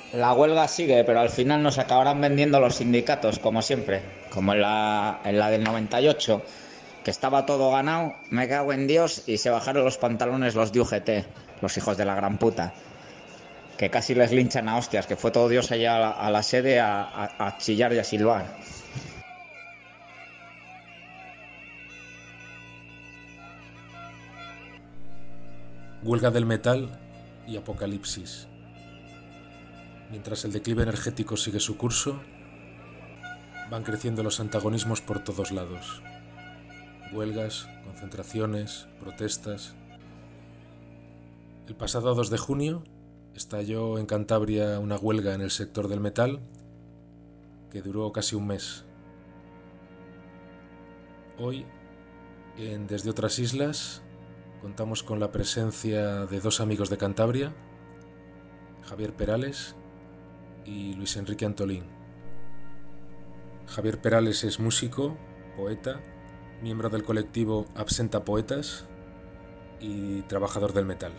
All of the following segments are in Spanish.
La huelga sigue, pero al final nos acabarán vendiendo los sindicatos, como siempre. Como en la del 98, que estaba todo ganado, me cago en Dios, y se bajaron los pantalones los de UGT, los hijos de la gran puta. Que casi les linchan a hostias, que fue todo Dios allá a la sede a chillar y a silbar. Huelga del metal y apocalipsis. Mientras el declive energético sigue su curso, van creciendo los antagonismos por todos lados. Huelgas, concentraciones, protestas. El pasado 2 de junio estalló en Cantabria una huelga en el sector del metal que duró casi un mes. Hoy, Desde otras islas, contamos con la presencia de dos amigos de Cantabria, Javier Perales y Luis Enrique Antolín. Javier Perales es músico, poeta, miembro del colectivo Absenta Poetas y trabajador del metal.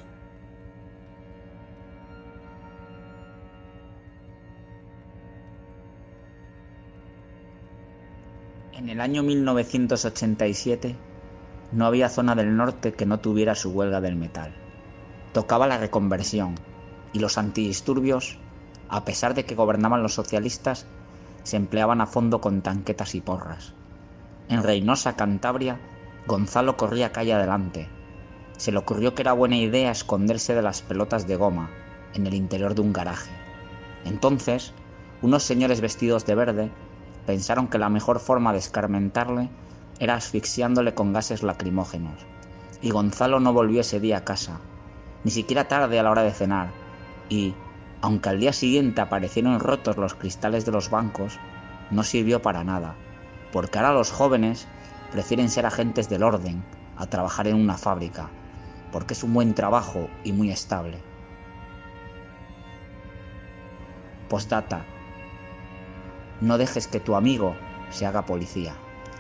En el año 1987 no había zona del norte que no tuviera su huelga del metal. Tocaba la reconversión, y los antidisturbios, a pesar de que gobernaban los socialistas, se empleaban a fondo con tanquetas y porras. En Reynosa, Cantabria, Gonzalo corría calle adelante. Se le ocurrió que era buena idea esconderse de las pelotas de goma en el interior de un garaje. Entonces, unos señores vestidos de verde pensaron que la mejor forma de escarmentarle era asfixiándole con gases lacrimógenos, y Gonzalo no volvió ese día a casa, ni siquiera tarde a la hora de cenar, y, aunque al día siguiente aparecieron rotos los cristales de los bancos, no sirvió para nada, porque ahora los jóvenes prefieren ser agentes del orden a trabajar en una fábrica, porque es un buen trabajo y muy estable. Postdata: no dejes que tu amigo se haga policía.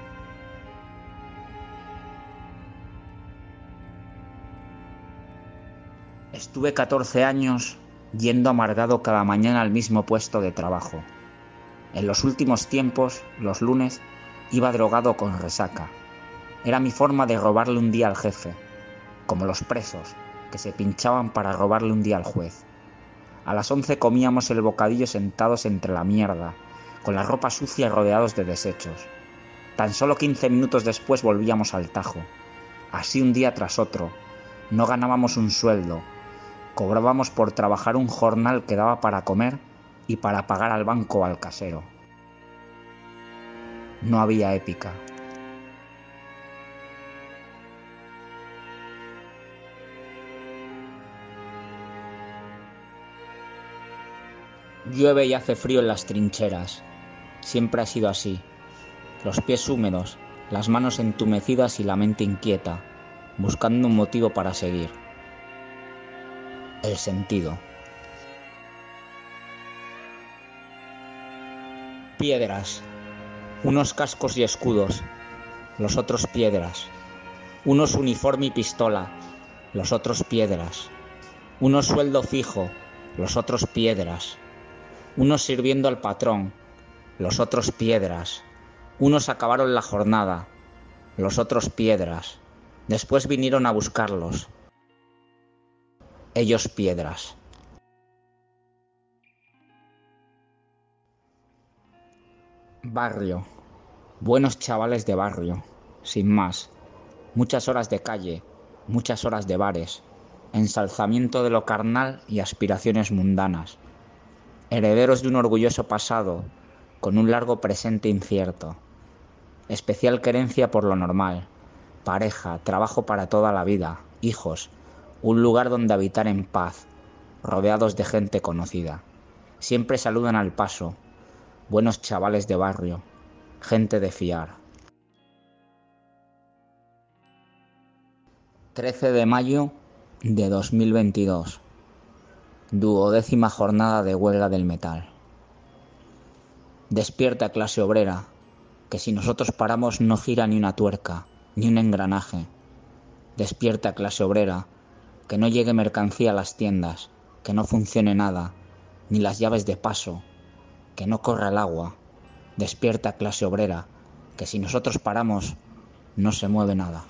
Estuve 14 años yendo amargado cada mañana al mismo puesto de trabajo. En los últimos tiempos, los lunes, iba drogado con resaca. Era mi forma de robarle un día al jefe, como los presos, que se pinchaban para robarle un día al juez. A las 11 comíamos el bocadillo sentados entre la mierda, con la ropa sucia rodeados de desechos. Tan solo 15 minutos después volvíamos al tajo. Así un día tras otro. No ganábamos un sueldo. Cobrábamos por trabajar un jornal que daba para comer y para pagar al banco o al casero. No había épica. Llueve y hace frío en las trincheras. Siempre ha sido así. Los pies húmedos, las manos entumecidas y la mente inquieta, buscando un motivo para seguir. El sentido. Piedras. Unos cascos y escudos, los otros piedras. Unos uniforme y pistola, los otros piedras. Unos sueldo fijo, los otros piedras. Unos sirviendo al patrón, los otros piedras. Unos acabaron la jornada, los otros piedras. Después vinieron a buscarlos. Ellos piedras. Barrio. Buenos chavales de barrio, sin más. Muchas horas de calle, muchas horas de bares, ensalzamiento de lo carnal y aspiraciones mundanas. Herederos de un orgulloso pasado, con un largo presente incierto. Especial querencia por lo normal. Pareja, trabajo para toda la vida, hijos, un lugar donde habitar en paz, rodeados de gente conocida. Siempre saludan al paso. Buenos chavales de barrio, gente de fiar. 13 de mayo de 2022. 12ª jornada de huelga del metal. Despierta, clase obrera, que si nosotros paramos no gira ni una tuerca, ni un engranaje. Despierta, clase obrera, que no llegue mercancía a las tiendas, que no funcione nada, ni las llaves de paso, que no corra el agua. Despierta, clase obrera, que si nosotros paramos, no se mueve nada.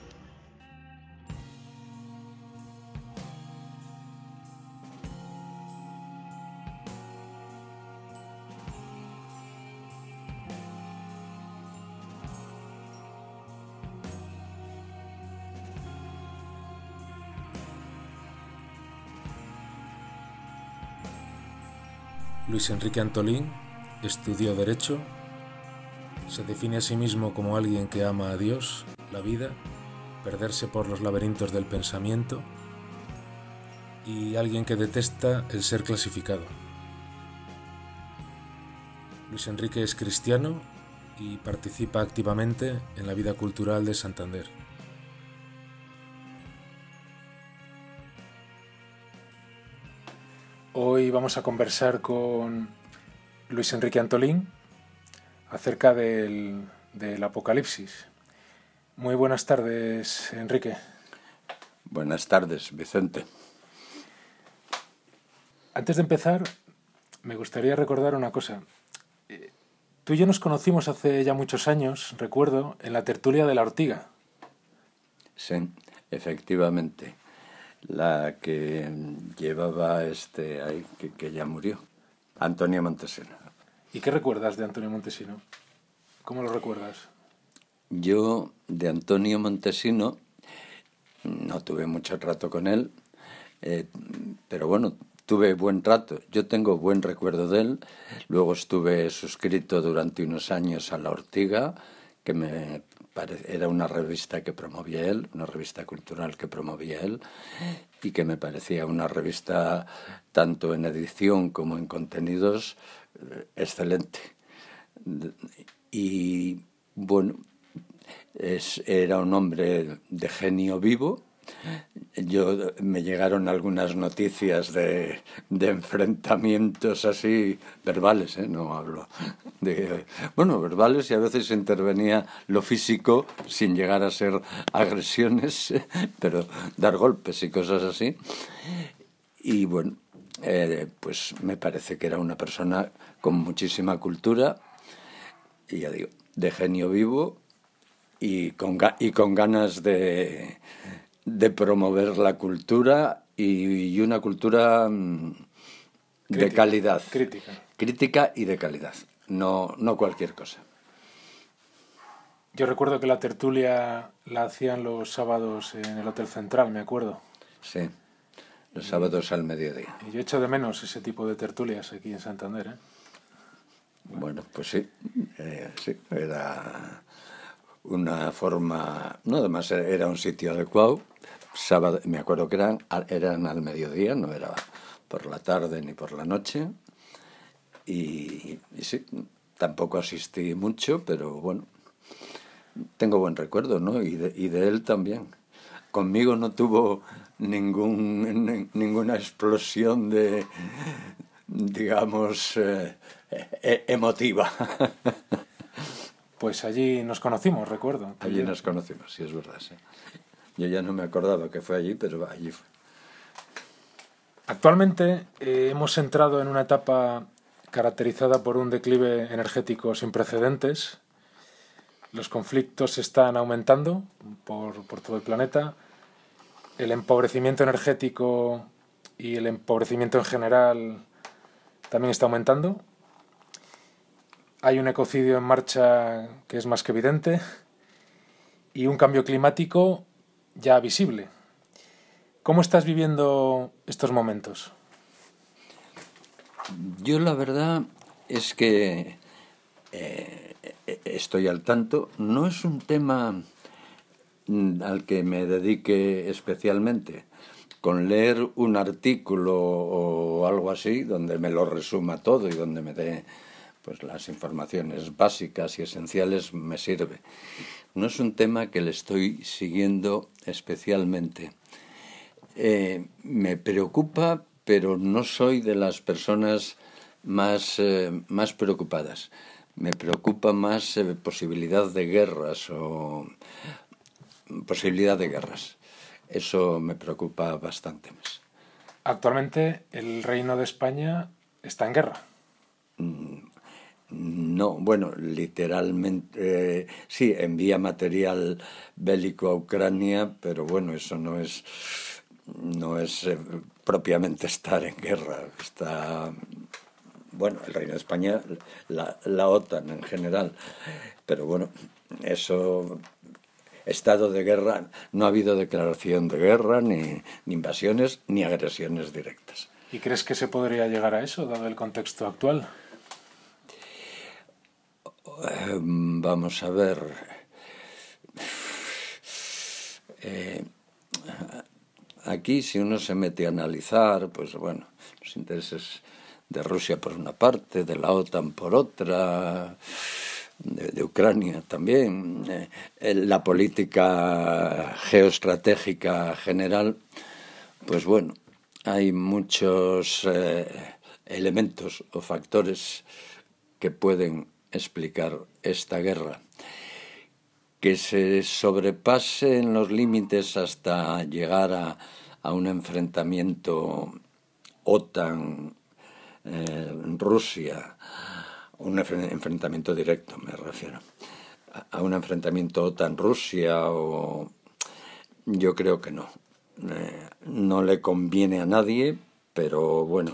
Luis Enrique Antolín estudió Derecho, se define a sí mismo como alguien que ama a Dios, la vida, perderse por los laberintos del pensamiento y alguien que detesta el ser clasificado. Luis Enrique es cristiano y participa activamente en la vida cultural de Santander. Hoy vamos a conversar con Luis Enrique Antolín acerca del Apocalipsis. Muy buenas tardes, Enrique. Buenas tardes, Vicente. Antes de empezar, me gustaría recordar una cosa. Tú y yo nos conocimos hace ya muchos años, recuerdo, en la tertulia de La Ortiga. Sí, efectivamente. La que llevaba ahí, que ya murió, Antonio Montesino. ¿Y qué recuerdas de Antonio Montesino? ¿Cómo lo recuerdas? Yo, de Antonio Montesino, no tuve mucho rato con él, pero bueno, tuve buen rato. Yo tengo buen recuerdo de él. Luego estuve suscrito durante unos años a La Ortiga, que era una revista que promovía él, una revista cultural que promovía él, y que me parecía una revista, tanto en edición como en contenidos, excelente. Y bueno, era un hombre de genio vivo. Me llegaron algunas noticias de enfrentamientos así, verbales, no hablo de... Bueno, verbales, y a veces intervenía lo físico sin llegar a ser agresiones, pero dar golpes y cosas así. Y bueno, pues me parece que era una persona con muchísima cultura, y ya digo, de genio vivo y con ganas de promover la cultura y una cultura de calidad. Crítica y de calidad, no cualquier cosa. Yo recuerdo que la tertulia la hacían los sábados en el Hotel Central, me acuerdo. Sí, los sábados al mediodía. Y yo echo de menos ese tipo de tertulias aquí en Santander, Bueno, pues sí, sí, era una forma... No, además era un sitio adecuado. Sábado, me acuerdo que eran al mediodía, no era por la tarde ni por la noche. Y sí, tampoco asistí mucho, pero bueno, tengo buen recuerdo, ¿no? Y de él también. Conmigo no tuvo ninguna explosión de, digamos, emotiva. Pues allí nos conocimos, recuerdo. Allí nos conocimos, sí, es verdad, sí. Yo ya no me acordaba que fue allí, pero allí fue. Actualmente hemos entrado en una etapa caracterizada por un declive energético sin precedentes. Los conflictos están aumentando por todo el planeta. El empobrecimiento energético y el empobrecimiento en general también está aumentando. Hay un ecocidio en marcha que es más que evidente y un cambio climático ya visible. ¿Cómo estás viviendo estos momentos? Yo la verdad es que estoy al tanto. No es un tema al que me dedique especialmente. Con leer un artículo o algo así, donde me lo resuma todo y donde me dé pues las informaciones básicas y esenciales, me sirve. No es un tema que le estoy siguiendo especialmente. Me preocupa, pero no soy de las personas más preocupadas. Me preocupa más posibilidad de guerras Eso me preocupa bastante más. Actualmente el Reino de España está en guerra. No, bueno, literalmente sí, envía material bélico a Ucrania, pero bueno, eso no es propiamente estar en guerra. Está, bueno, el Reino de España, la OTAN en general, pero bueno, eso, estado de guerra, no ha habido declaración de guerra, ni invasiones, ni agresiones directas. ¿Y crees que se podría llegar a eso, dado el contexto actual? Vamos a ver. Aquí, si uno se mete a analizar, pues bueno, los intereses de Rusia por una parte, de la OTAN por otra, de Ucrania también, la política geoestratégica general, pues bueno, hay muchos elementos o factores que pueden explicar esta guerra. Que se sobrepasen los límites hasta llegar a un enfrentamiento OTAN-Rusia, un enfrentamiento directo me refiero, a un enfrentamiento OTAN-Rusia, o yo creo que no. No le conviene a nadie, pero bueno,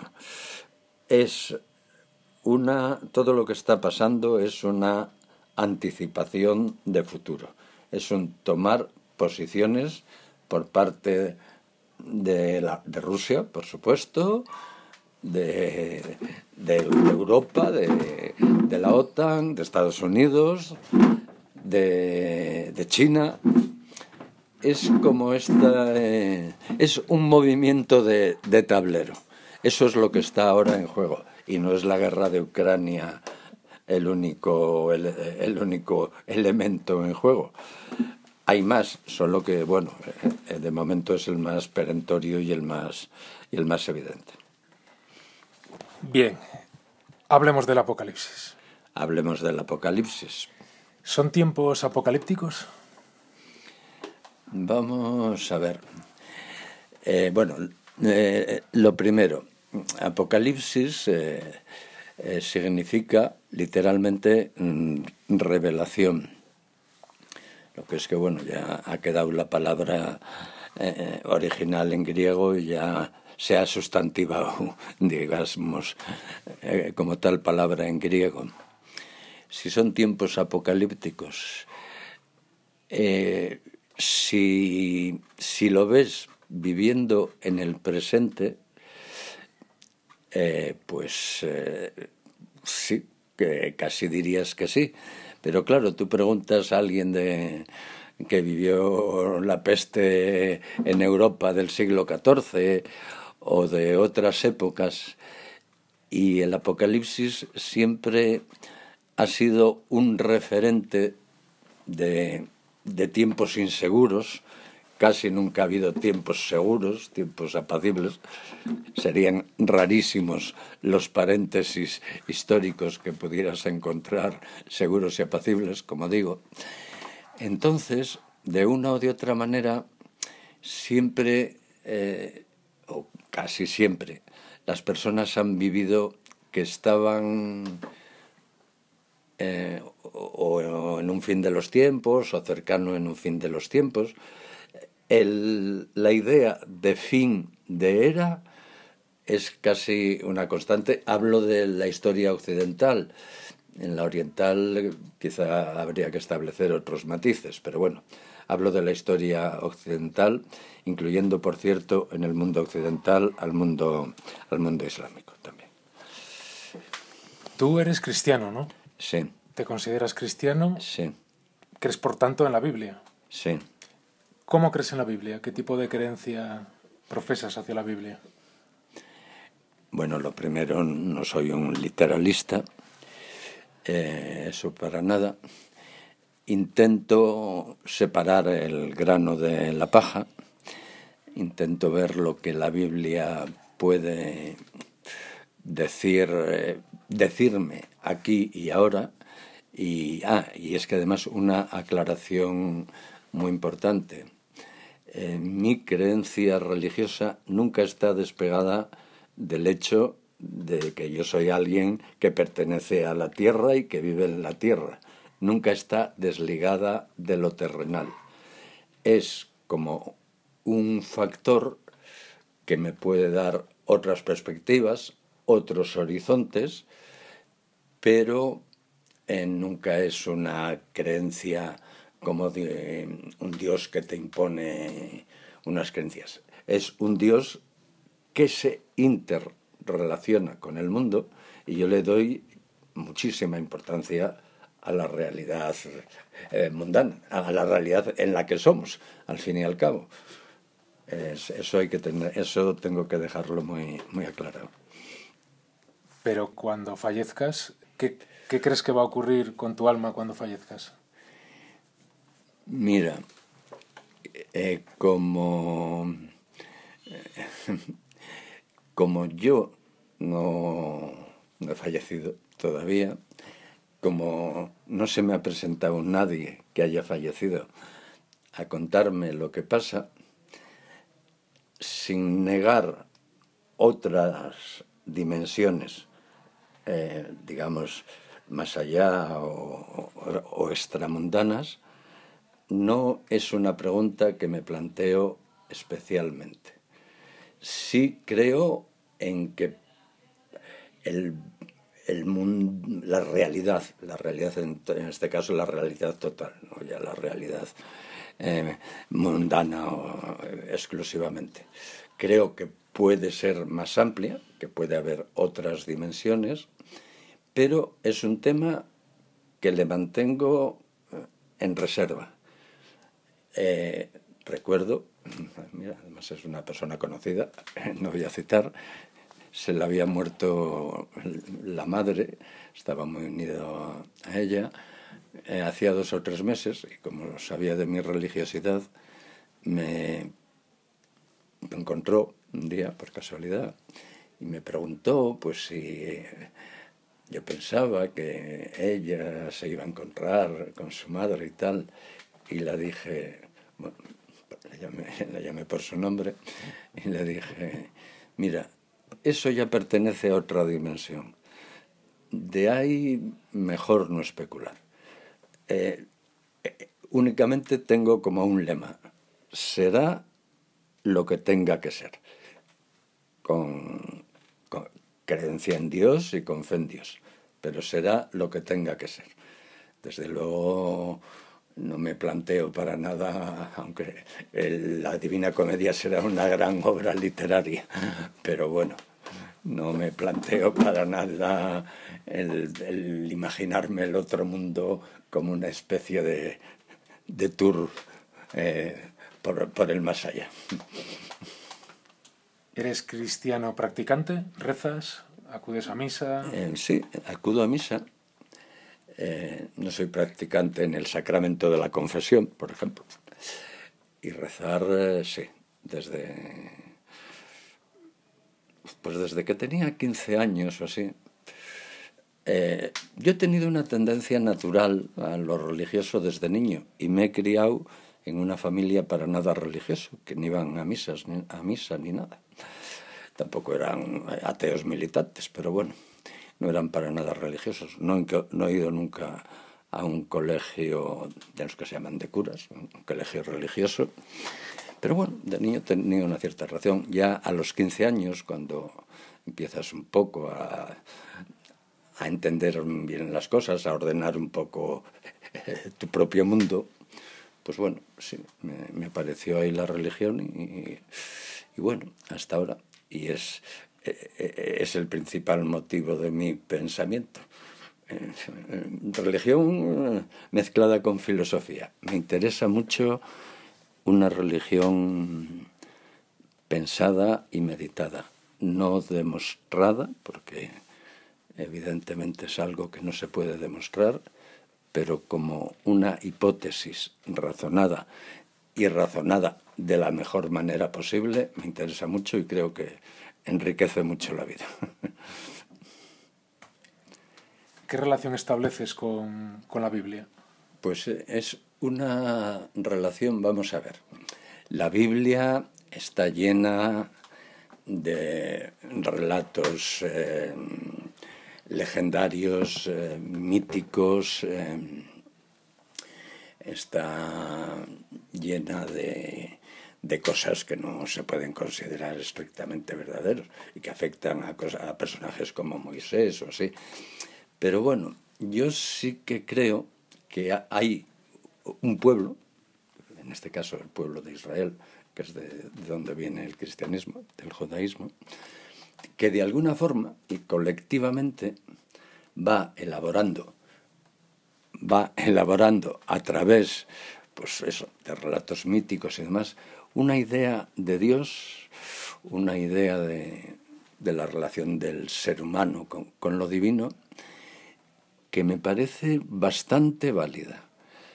todo lo que está pasando es una anticipación de futuro. Es un tomar posiciones por parte de Rusia, por supuesto, de Europa, de la OTAN, de Estados Unidos, de China. Es como es un movimiento de tablero. Eso es lo que está ahora en juego. Y no es la guerra de Ucrania el único elemento en juego. Hay más, solo que, bueno, de momento es el más perentorio y el más evidente. Bien, hablemos del apocalipsis. Hablemos del apocalipsis. ¿Son tiempos apocalípticos? Vamos a ver. Lo primero, apocalipsis significa literalmente revelación. Lo que es que, bueno, ya ha quedado la palabra original en griego y ya se ha sustantivado, digamos, como tal palabra en griego. Si son tiempos apocalípticos, si lo ves viviendo en el presente, sí, que casi dirías que sí. Pero claro, tú preguntas a alguien que vivió la peste en Europa del siglo XIV o de otras épocas, y el apocalipsis siempre ha sido un referente de tiempos inseguros. Casi nunca ha habido tiempos seguros, tiempos apacibles. Serían rarísimos los paréntesis históricos que pudieras encontrar seguros y apacibles, como digo. Entonces, de una o de otra manera, siempre, o casi siempre, las personas han vivido que estaban o en un fin de los tiempos, o cercano en un fin de los tiempos. La idea de fin de era es casi una constante. Hablo de la historia occidental. En la oriental quizá habría que establecer otros matices, pero bueno, hablo de la historia occidental, incluyendo, por cierto, en el mundo occidental al mundo islámico también. Tú eres cristiano, ¿no? Sí. ¿Te consideras cristiano? Sí. ¿Crees, por tanto, en la Biblia? Sí. ¿Cómo crees en la Biblia? ¿Qué tipo de creencia profesas hacia la Biblia? Bueno, lo primero, no soy un literalista, eso para nada. Intento separar el grano de la paja, intento ver lo que la Biblia puede decirme aquí y ahora. Y es que además una aclaración muy importante. Mi creencia religiosa nunca está despegada del hecho de que yo soy alguien que pertenece a la tierra y que vive en la tierra. Nunca está desligada de lo terrenal. Es como un factor que me puede dar otras perspectivas, otros horizontes, pero nunca es una creencia como de un Dios que te impone unas creencias. Es un Dios que se interrelaciona con el mundo, y yo le doy muchísima importancia a la realidad mundana, a la realidad en la que somos, al fin y al cabo. Eso tengo que dejarlo muy, muy aclarado. Pero cuando fallezcas, ¿qué crees que va a ocurrir con tu alma cuando fallezcas? Mira, como yo no he fallecido todavía, como no se me ha presentado nadie que haya fallecido a contarme lo que pasa, sin negar otras dimensiones, digamos, más allá o extramundanas, no es una pregunta que me planteo especialmente. Sí creo en que la realidad en este caso la realidad total, no ya la realidad mundana exclusivamente. Creo que puede ser más amplia, que puede haber otras dimensiones, pero es un tema que le mantengo en reserva. Recuerdo, mira, además es una persona conocida, no voy a citar, se le había muerto la madre, estaba muy unido a ella, hacía 2 o 3 meses, y como sabía de mi religiosidad, me encontró un día por casualidad y me preguntó pues si yo pensaba que ella se iba a encontrar con su madre y tal, y le dije, bueno, la llamé por su nombre y le dije, mira, eso ya pertenece a otra dimensión, de ahí mejor no especular. Únicamente tengo como un lema: será lo que tenga que ser, con creencia en Dios y con fe en Dios, pero será lo que tenga que ser. Desde luego no me planteo para nada, aunque la Divina Comedia será una gran obra literaria, pero bueno, no me planteo para nada el imaginarme el otro mundo como una especie de tour por el más allá. ¿Eres cristiano practicante? ¿Rezas? ¿Acudes a misa? Sí, acudo a misa. No soy practicante en el sacramento de la confesión, por ejemplo. Y rezar, sí, desde que tenía 15 años o así. Yo he tenido una tendencia natural a lo religioso desde niño y me he criado en una familia para nada religioso, que ni iban a misa ni nada. Tampoco eran ateos militantes, pero bueno, no eran para nada religiosos. No he ido nunca a un colegio de los que se llaman de curas, un colegio religioso. Pero bueno, de niño tenía una cierta relación. Ya a los 15 años, cuando empiezas un poco a entender bien las cosas, a ordenar un poco tu propio mundo, pues bueno, sí, me apareció ahí la religión y bueno, hasta ahora. Y es el principal motivo de mi pensamiento. Religión mezclada con filosofía. Me interesa mucho una religión pensada y meditada, no demostrada, porque evidentemente es algo que no se puede demostrar, pero como una hipótesis razonada y razonada de la mejor manera posible, me interesa mucho y creo que enriquece mucho la vida. ¿Qué relación estableces con la Biblia? Pues es una relación, vamos a ver. La Biblia está llena de relatos legendarios, míticos, está llena de cosas que no se pueden considerar estrictamente verdaderos y que afectan a personajes como Moisés o así. Pero bueno, yo sí que creo que hay un pueblo, en este caso el pueblo de Israel, que es de donde viene el cristianismo, del judaísmo, que de alguna forma y colectivamente va elaborando a través, pues eso, de relatos míticos y demás, una idea de Dios, una idea de la relación del ser humano con lo divino, que me parece bastante válida.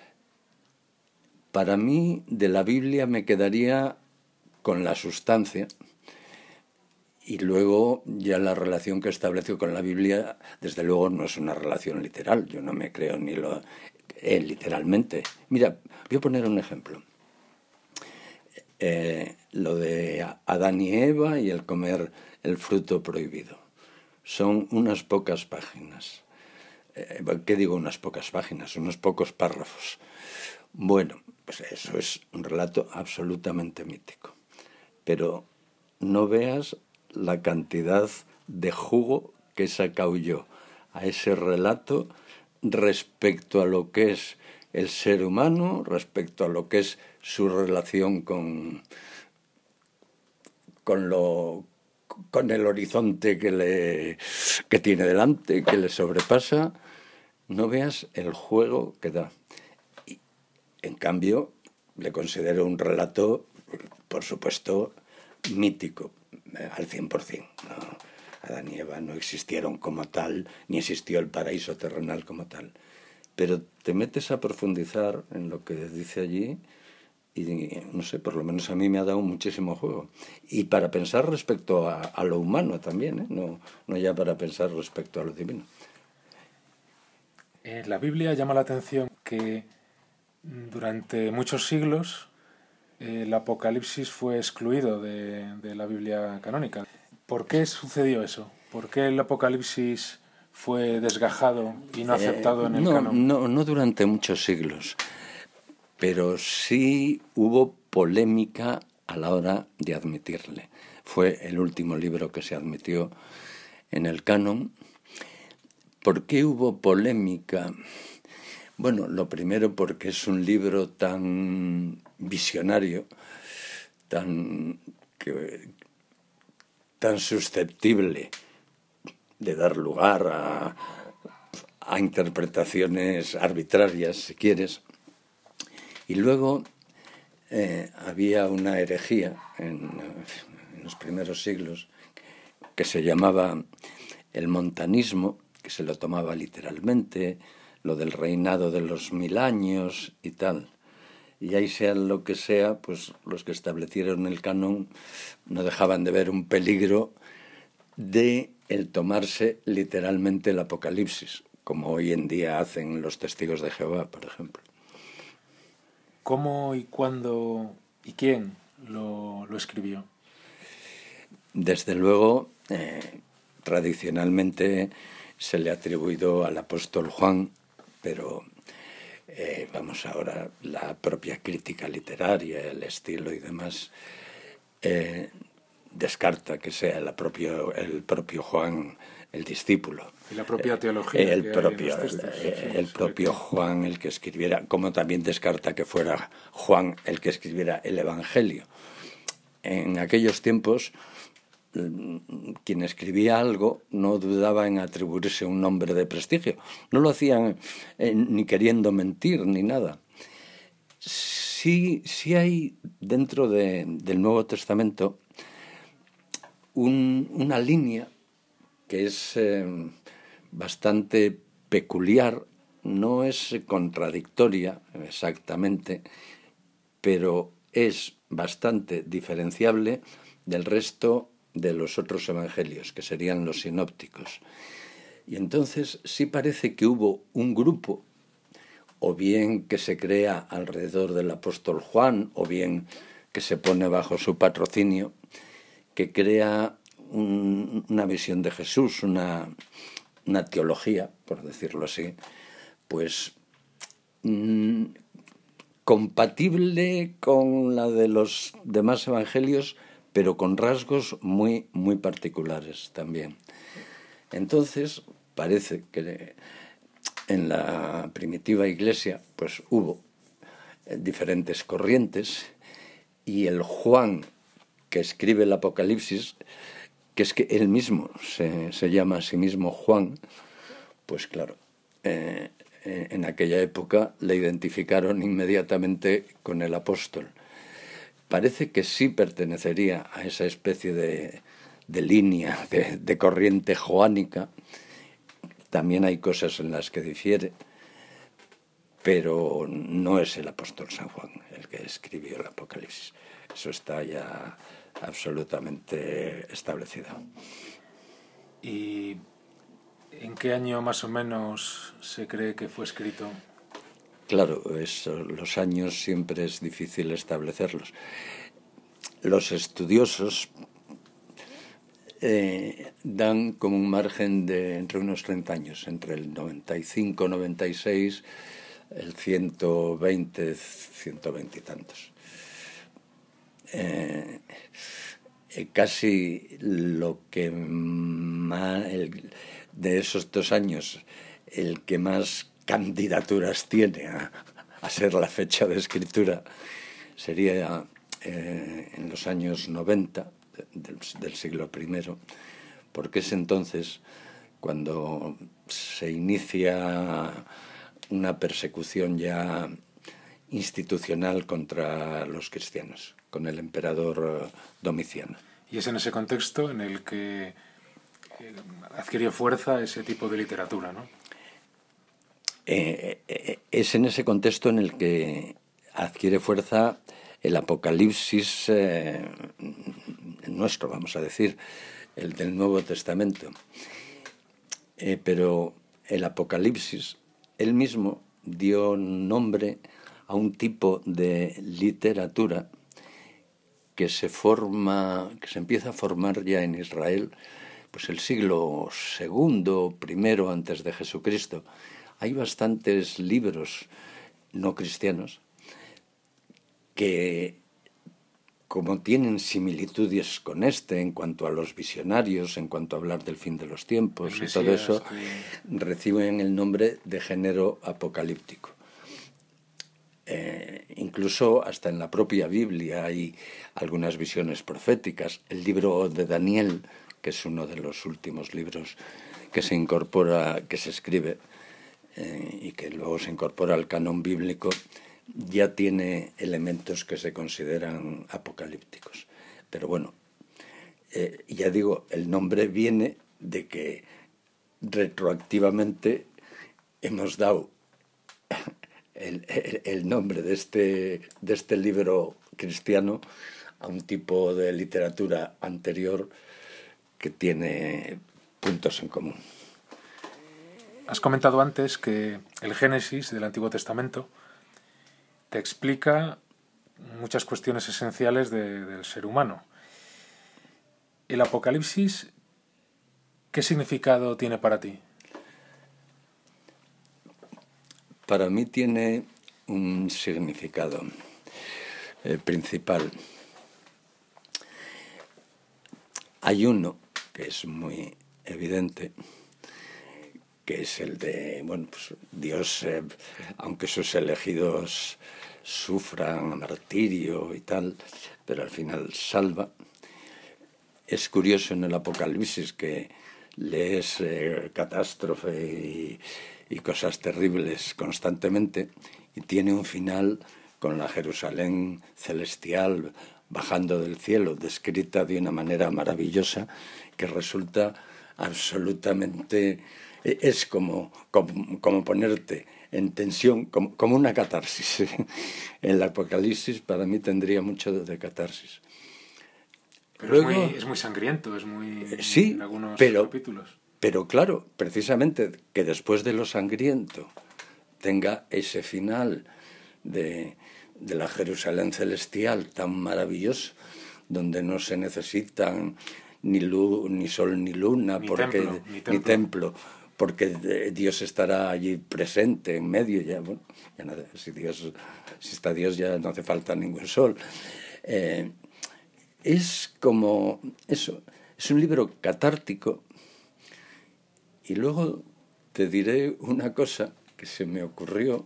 Para mí, de la Biblia me quedaría con la sustancia, y luego ya la relación que estableció con la Biblia, desde luego no es una relación literal, yo no me creo ni literalmente. Mira, voy a poner un ejemplo. Lo de Adán y Eva y el comer el fruto prohibido. Son unas pocas páginas. ¿Qué digo unas pocas páginas? Unos pocos párrafos. Bueno, pues eso es un relato absolutamente mítico. Pero no veas la cantidad de jugo que he sacado yo a ese relato respecto a lo que es el ser humano, respecto a lo que es su relación con el horizonte que tiene delante, que le sobrepasa. No veas el juego que da. Y, en cambio, le considero un relato, por supuesto, mítico, al 100%. ¿No? Adán y Eva no existieron como tal, ni existió el paraíso terrenal como tal. Pero te metes a profundizar en lo que dice allí y, no sé, por lo menos a mí me ha dado muchísimo juego. Y para pensar respecto a lo humano también, no ya para pensar respecto a lo divino. En la Biblia llama la atención que durante muchos siglos el Apocalipsis fue excluido de la Biblia canónica. ¿Por qué sucedió eso? ¿Por qué el Apocalipsis fue desgajado y no aceptado en el canon? No durante muchos siglos, pero sí hubo polémica a la hora de admitirle. Fue el último libro que se admitió en el canon. ¿Por qué hubo polémica? Bueno, lo primero porque es un libro tan visionario, tan susceptible de dar lugar a interpretaciones arbitrarias, si quieres. Y luego había una herejía en los primeros siglos que se llamaba el montanismo, que se lo tomaba literalmente, lo del reinado de los 1000 años y tal. Y ahí sea lo que sea, pues los que establecieron el canon no dejaban de ver un peligro de el tomarse literalmente el Apocalipsis, como hoy en día hacen los testigos de Jehová, por ejemplo. ¿Cómo y cuándo y quién lo escribió? Desde luego, tradicionalmente se le ha atribuido al apóstol Juan, pero vamos ahora, la propia crítica literaria, el estilo y demás, descarta que sea el propio Juan el discípulo. Y la propia teología. El propio Juan el que escribiera, como también descarta que fuera Juan el que escribiera el Evangelio. En aquellos tiempos, quien escribía algo no dudaba en atribuirse un nombre de prestigio. No lo hacían ni queriendo mentir ni nada. Sí hay dentro del Nuevo Testamento una línea que es bastante peculiar, no es contradictoria exactamente, pero es bastante diferenciable del resto de los otros evangelios, que serían los sinópticos. Y entonces sí parece que hubo un grupo, o bien que se crea alrededor del apóstol Juan, o bien que se pone bajo su patrocinio, que crea una visión de Jesús, una teología, por decirlo así, pues compatible con la de los demás evangelios, pero con rasgos muy, muy particulares también. Entonces, parece que en la primitiva Iglesia pues hubo diferentes corrientes, y el Juan que escribe el Apocalipsis, que es que él mismo se llama a sí mismo Juan, pues claro, en aquella época le identificaron inmediatamente con el apóstol. Parece que sí pertenecería a esa especie de línea, de corriente joánica. También hay cosas en las que difiere, pero no es el apóstol San Juan el que escribió el Apocalipsis. Eso está ya absolutamente establecido. ¿Y en qué año más o menos se cree que fue escrito? Claro, los años siempre es difícil establecerlos. Los estudiosos dan como un margen de entre unos 30 años, entre el 95, 96, el 120, 120 y tantos. Casi lo que más, de esos 2 años, el que más candidaturas tiene a ser la fecha de escritura sería en los años 90 del siglo I, porque es entonces cuando se inicia una persecución ya institucional contra los cristianos, con el emperador Domiciano. Y es en ese contexto en el que adquirió fuerza ese tipo de literatura, ¿no? Es en ese contexto en el que adquiere fuerza el Apocalipsis nuestro, vamos a decir, el del Nuevo Testamento. Pero el Apocalipsis, él mismo dio nombre a un tipo de literatura que se empieza a formar ya en Israel, pues el siglo II, I antes de Jesucristo. Hay bastantes libros no cristianos que, como tienen similitudes con en cuanto a los visionarios, en cuanto a hablar del fin de los tiempos y todo eso, reciben el nombre de género apocalíptico. Incluso hasta en la propia Biblia hay algunas visiones proféticas. El libro de Daniel, que es uno de los últimos libros que se incorpora, que se escribe y que luego se incorpora al canon bíblico, ya tiene elementos que se consideran apocalípticos. Pero bueno, ya digo, el nombre viene de que retroactivamente hemos dado el nombre de este libro cristiano a un tipo de literatura anterior que tiene puntos en común. Has comentado antes que el Génesis del Antiguo Testamento te explica muchas cuestiones esenciales del ser humano. ¿El Apocalipsis qué significado tiene para ti? Para mí tiene un significado principal. Hay uno que es muy evidente, que es el de, pues Dios, aunque sus elegidos sufran martirio y tal, pero al final salva. Es curioso en el Apocalipsis que lees catástrofe y cosas terribles constantemente, y tiene un final con la Jerusalén celestial bajando del cielo, descrita de una manera maravillosa, que resulta absolutamente... Es como ponerte en tensión, como una catarsis. El Apocalipsis para mí tendría mucho de catarsis. Pero luego, es muy sangriento, es muy... Sí, en algunos capítulos. Pero claro, precisamente que después de lo sangriento tenga ese final de la Jerusalén celestial tan maravilloso, donde no se necesitan ni luz, ni sol, ni luna, ni templo, porque Dios estará allí presente en medio. Ya, bueno, ya nada, si está Dios ya no hace falta ningún sol. Es como eso, es un libro catártico. Y luego te diré una cosa que se me ocurrió,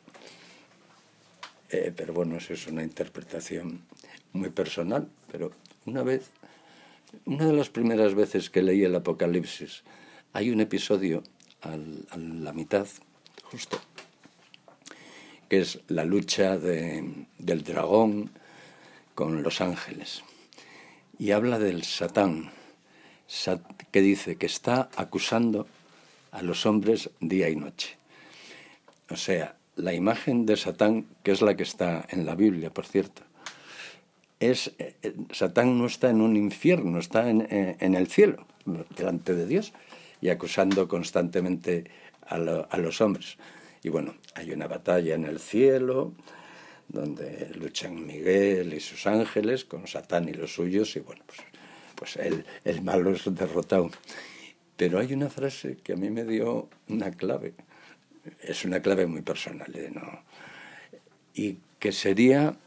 pero bueno, eso es una interpretación muy personal, pero una de las primeras veces que leí el Apocalipsis, hay un episodio a la mitad, justo, que es la lucha del dragón con los ángeles. Y habla del Satán, que dice que está acusando a los hombres día y noche. O sea, la imagen de Satán, que es la que está en la Biblia, por cierto, Satán no está en un infierno, está en el cielo, delante de Dios, y acusando constantemente a los hombres. Y bueno, hay una batalla en el cielo, donde luchan Miguel y sus ángeles con Satán y los suyos, y bueno, pues el malo es derrotado. Pero hay una frase que a mí me dio una clave, es una clave muy personal, ¿no? Y que sería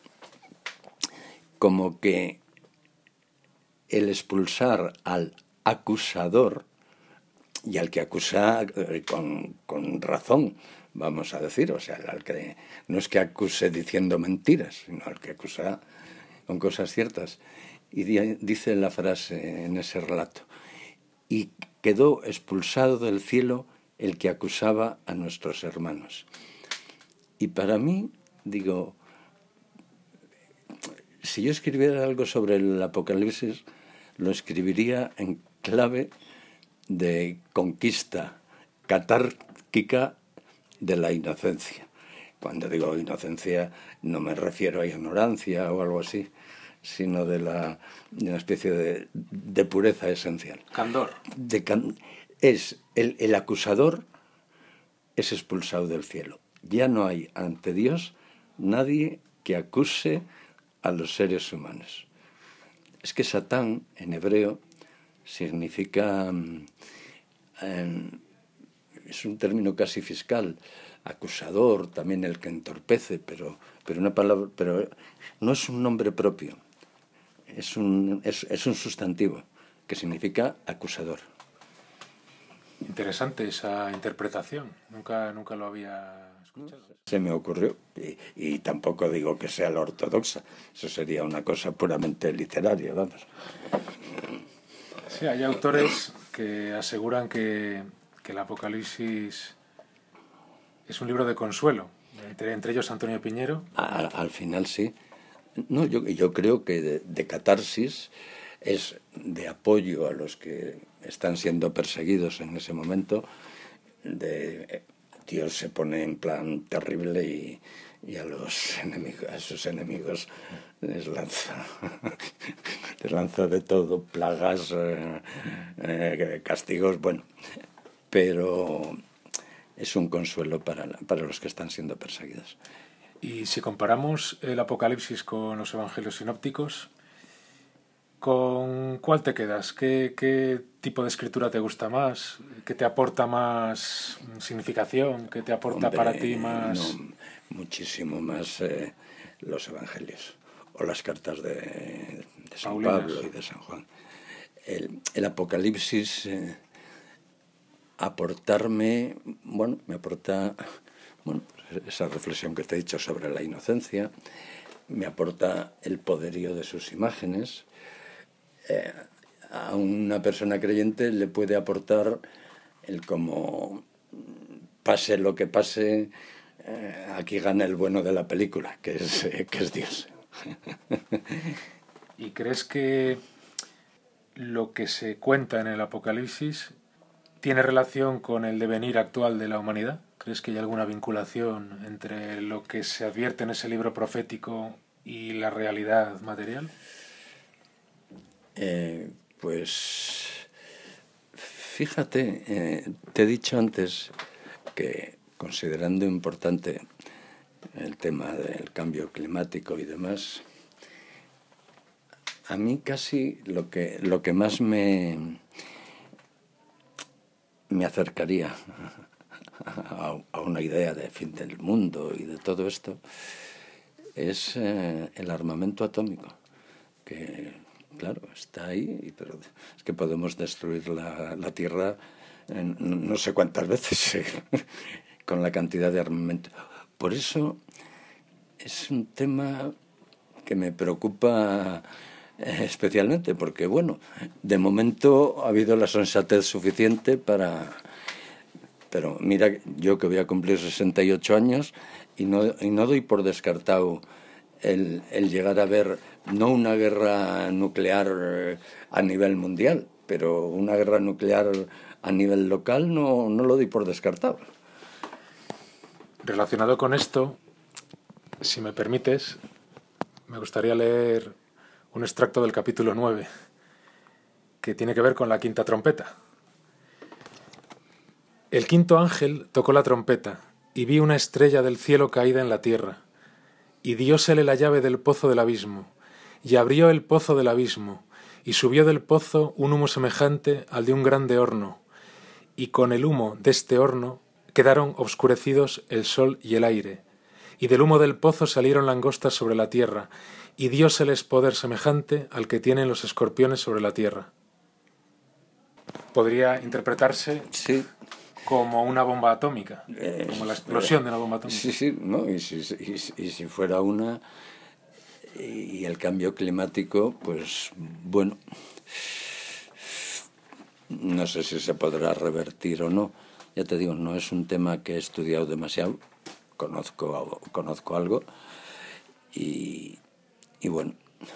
como que el expulsar al acusador, y al que acusa con razón, vamos a decir, o sea, al que no es que acuse diciendo mentiras, sino al que acusa con cosas ciertas. Y dice la frase en ese relato: y quedó expulsado del cielo el que acusaba a nuestros hermanos. Y para mí, digo, si yo escribiera algo sobre el Apocalipsis, lo escribiría en clave de conquista catárquica de la inocencia. Cuando digo inocencia no me refiero a ignorancia o algo así, sino de una especie de pureza esencial. Candor. El acusador es expulsado del cielo. Ya no hay ante Dios nadie que acuse a los seres humanos. Es que Satán, en hebreo, significa, es un término casi fiscal, acusador, también el que entorpece, pero una palabra, pero no es un nombre propio, es un sustantivo que significa acusador. Interesante esa interpretación, nunca lo había escuchado. Se me ocurrió, y tampoco digo que sea la ortodoxa, eso sería una cosa puramente literaria, vamos. Sí, hay autores que aseguran que el Apocalipsis es un libro de consuelo, entre ellos Antonio Piñero. Al final sí. No, yo creo que de catarsis es de apoyo a los que están siendo perseguidos en ese momento. Dios se pone en plan terrible y a sus enemigos les lanza de todo, plagas, castigos, bueno, pero es un consuelo para los que están siendo perseguidos. Y si comparamos el Apocalipsis con los Evangelios sinópticos, ¿con cuál te quedas? ¿Qué tipo de escritura te gusta más? ¿Qué te aporta más significación? ¿Qué te aporta para ti más? No, muchísimo más los Evangelios o las cartas de San Paulinas. Pablo y de San Juan. El Apocalipsis me aporta esa reflexión que te he dicho sobre la inocencia, me aporta el poderío de sus imágenes. A una persona creyente le puede aportar el como pase lo que pase, aquí gana el bueno de la película, que es Dios. ¿Y crees que lo que se cuenta en el Apocalipsis tiene relación con el devenir actual de la humanidad? ¿Crees que hay alguna vinculación entre lo que se advierte en ese libro profético y la realidad material? Pues fíjate, te he dicho antes que, considerando importante el tema del cambio climático y demás, a mí casi lo que más me acercaría a una idea de fin del mundo y de todo esto es el armamento atómico, que claro, está ahí, pero es que podemos destruir la Tierra no sé cuántas veces con la cantidad de armamento. Por eso es un tema que me preocupa especialmente, porque bueno, de momento ha habido la sensatez suficiente para... Pero mira, yo que voy a cumplir 68 años y no doy por descartado el llegar a ver no una guerra nuclear a nivel mundial, pero una guerra nuclear a nivel local no lo doy por descartado. Relacionado con esto, si me permites, me gustaría leer un extracto del capítulo 9, que tiene que ver con la quinta trompeta. El quinto ángel tocó la trompeta, y vi una estrella del cielo caída en la tierra, y diósele la llave del pozo del abismo, y abrió el pozo del abismo, y subió del pozo un humo semejante al de un grande horno, y con el humo de este horno quedaron obscurecidos el sol y el aire, y del humo del pozo salieron langostas sobre la tierra, y dióseles poder semejante al que tienen los escorpiones sobre la tierra. Podría interpretarse Sí. como una bomba atómica, como la explosión de una bomba atómica. Sí, ¿no? Y si fuera una, y el cambio climático, pues bueno, no sé si se podrá revertir o no. Ya te digo, no es un tema que he estudiado demasiado, conozco algo, y bueno,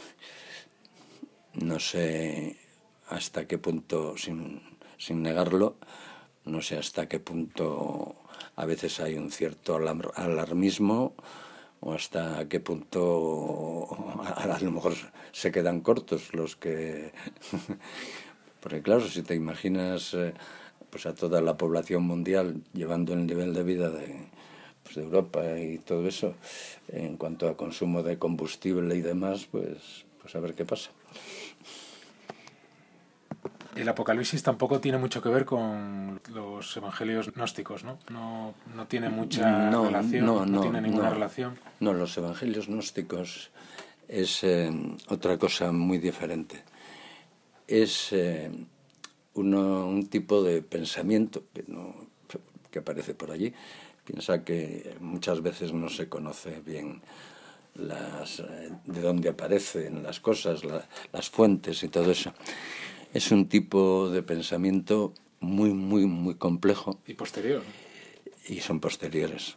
no sé hasta qué punto, sin negarlo, no sé hasta qué punto a veces hay un cierto alarmismo, o hasta qué punto a lo mejor se quedan cortos los que... Porque claro, si te imaginas pues a toda la población mundial llevando el nivel de vida de Europa y todo eso, en cuanto a consumo de combustible y demás, pues a ver qué pasa. El Apocalipsis tampoco tiene mucho que ver con los evangelios gnósticos, ¿no? No tiene mucha relación, no tiene ninguna relación. No, los evangelios gnósticos es otra cosa muy diferente. Es un tipo de pensamiento que aparece por allí. Piensa que muchas veces no se conoce bien de dónde aparecen las cosas, las fuentes y todo eso. Es un tipo de pensamiento muy, muy, muy complejo. Y posterior. Y son posteriores.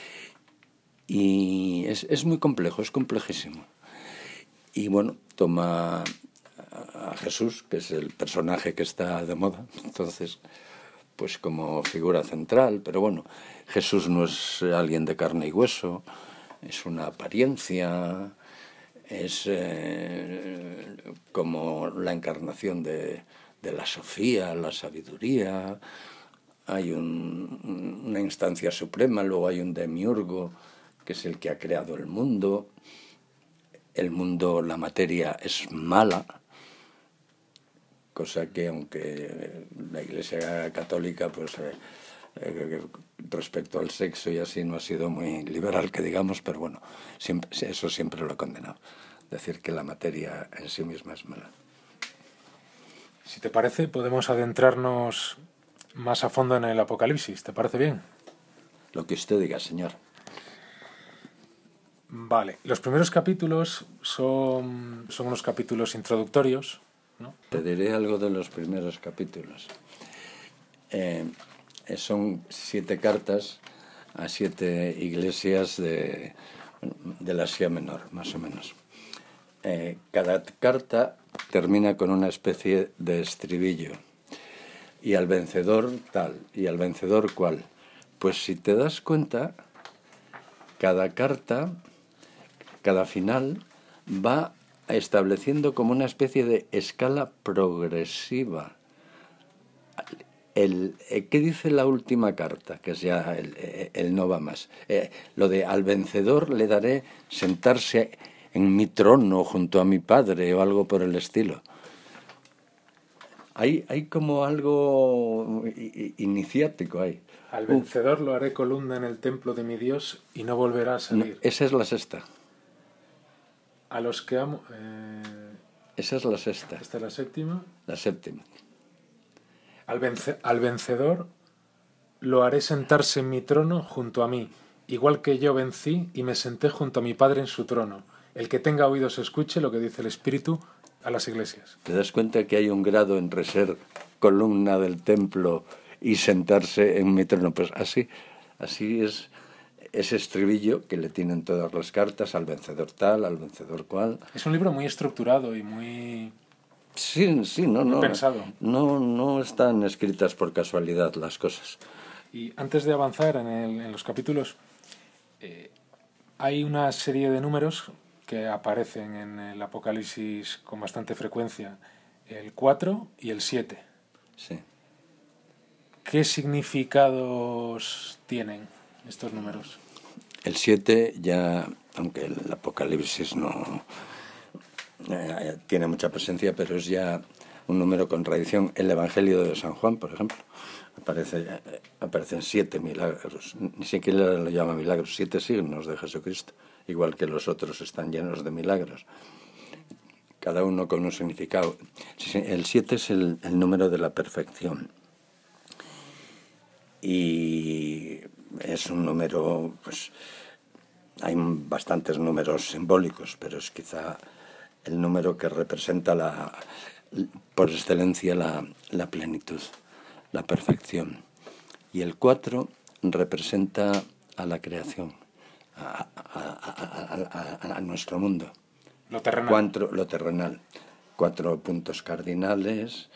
Y es muy complejo, es complejísimo. Y bueno, toma a Jesús, que es el personaje que está de moda, entonces, pues como figura central. Pero bueno, Jesús no es alguien de carne y hueso, es una apariencia... Es como la encarnación de la sofía, la sabiduría. Hay una instancia suprema, luego hay un demiurgo, que es el que ha creado el mundo. El mundo, la materia, es mala, cosa que aunque la Iglesia Católica, pues respecto al sexo y así no ha sido muy liberal, que digamos, pero bueno, eso siempre lo he condenado, decir que la materia en sí misma es mala. Si te parece, podemos adentrarnos más a fondo en el Apocalipsis, ¿te parece bien? Lo que usted diga, señor. Vale, los primeros capítulos son unos capítulos introductorios, ¿no? Te diré algo de los primeros capítulos. Son 7 cartas a 7 iglesias del Asia Menor, más o menos. Cada carta termina con una especie de estribillo. Y al vencedor tal, y al vencedor cual. Pues si te das cuenta, cada carta, cada final, va estableciendo como una especie de escala progresiva. ¿Qué dice la última carta? Que es ya el no va más. Lo de al vencedor le daré sentarse en mi trono junto a mi Padre o algo por el estilo. Hay como algo iniciático ahí. Al vencedor lo haré columna en el templo de mi Dios y no volverá a salir. No, esa es la sexta. A los que amo... Esa es la sexta. Esta es la séptima. La séptima. Al vencedor lo haré sentarse en mi trono junto a mí, igual que yo vencí y me senté junto a mi Padre en su trono. El que tenga oídos escuche lo que dice el Espíritu a las iglesias. ¿Te das cuenta que hay un grado entre ser columna del templo y sentarse en mi trono? Pues así es ese estribillo que le tienen todas las cartas, al vencedor tal, al vencedor cual. Es un libro muy estructurado y muy... Sí, no pensado. No están escritas por casualidad las cosas. Y antes de avanzar en los capítulos, hay una serie de números que aparecen en el Apocalipsis con bastante frecuencia, el 4 y el 7. Sí. ¿Qué significados tienen estos números? El 7 ya, aunque el Apocalipsis no tiene mucha presencia, pero es ya un número con tradición. El Evangelio de San Juan, por ejemplo, aparecen 7 milagros, ni siquiera lo llama milagros, 7 signos de Jesucristo, igual que los otros están llenos de milagros, cada uno con un significado. El 7 es el número de la perfección y es un número, pues hay bastantes números simbólicos, pero es quizá el número que representa por excelencia la plenitud, la perfección. Y el 4 representa a la creación, a nuestro mundo. Lo terrenal. Lo terrenal. 4 puntos cardinales.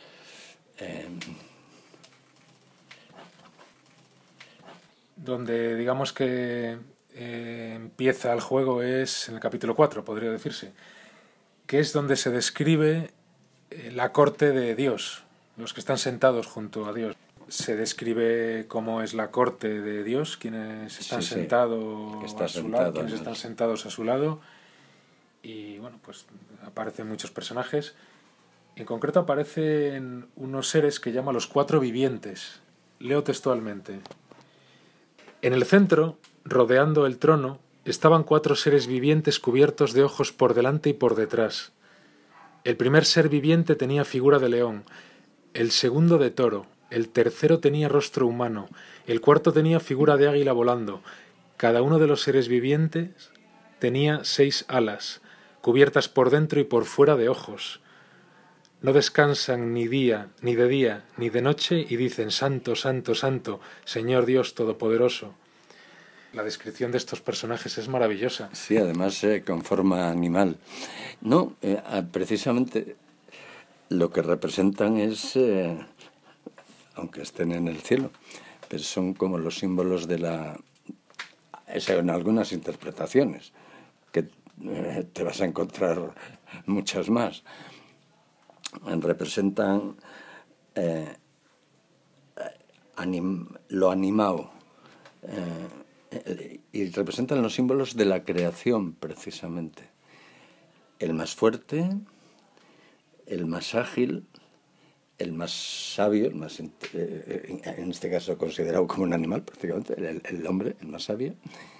Donde digamos que empieza el juego es en el capítulo 4, podría decirse, que es donde se describe la corte de Dios, los que están sentados junto a Dios. Se describe cómo es la corte de Dios, quienes están sentados a su lado, quienes están sentados a su lado. Y bueno, pues aparecen muchos personajes. En concreto aparecen unos seres que llama los 4 vivientes. Leo textualmente. En el centro, rodeando el trono, estaban 4 seres vivientes cubiertos de ojos por delante y por detrás. El primer ser viviente tenía figura de león, el segundo de toro, el tercero tenía rostro humano, el cuarto tenía figura de águila volando. Cada uno de los seres vivientes tenía 6 alas, cubiertas por dentro y por fuera de ojos. No descansan ni de día, ni de noche, y dicen: Santo, Santo, Santo, Señor Dios Todopoderoso. La descripción de estos personajes es maravillosa. Sí, además con forma animal. No, precisamente lo que representan es, aunque estén en el cielo, pero son como los símbolos de en algunas interpretaciones, que te vas a encontrar muchas más. Representan lo animado, y representan los símbolos de la creación, precisamente. El más fuerte, el más ágil, el más sabio, en este caso considerado como un animal, prácticamente, el hombre, el más sabio,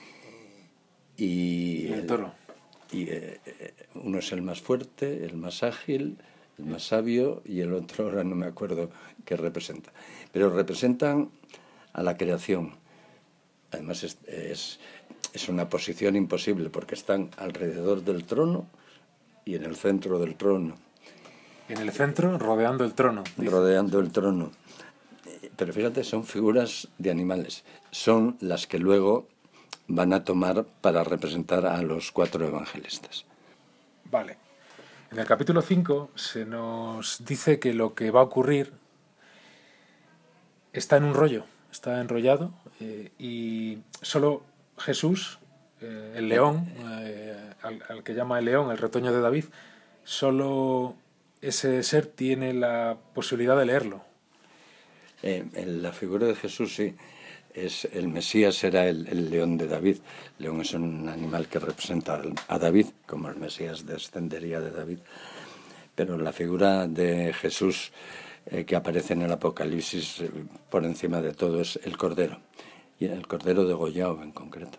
y el toro. Y uno es el más fuerte, el más ágil, el más sabio, y el otro ahora no me acuerdo qué representa. Pero representan a la creación. Además es una posición imposible porque están alrededor del trono y en el centro del trono. En el centro, rodeando el trono. Rodeando el trono. Pero fíjate, son figuras de animales. Son las que luego van a tomar para representar a los 4 evangelistas. Vale. En el capítulo 5 se nos dice que lo que va a ocurrir está en un rollo, está enrollado, y solo Jesús, el león, al que llama el león, el retoño de David, solo ese ser tiene la posibilidad de leerlo. La figura de Jesús, sí. El Mesías era el león de David. El león es un animal que representa a David, como el Mesías descendería de David. Pero la figura de Jesús que aparece en el Apocalipsis por encima de todo es el Cordero, y el Cordero degollado en concreto.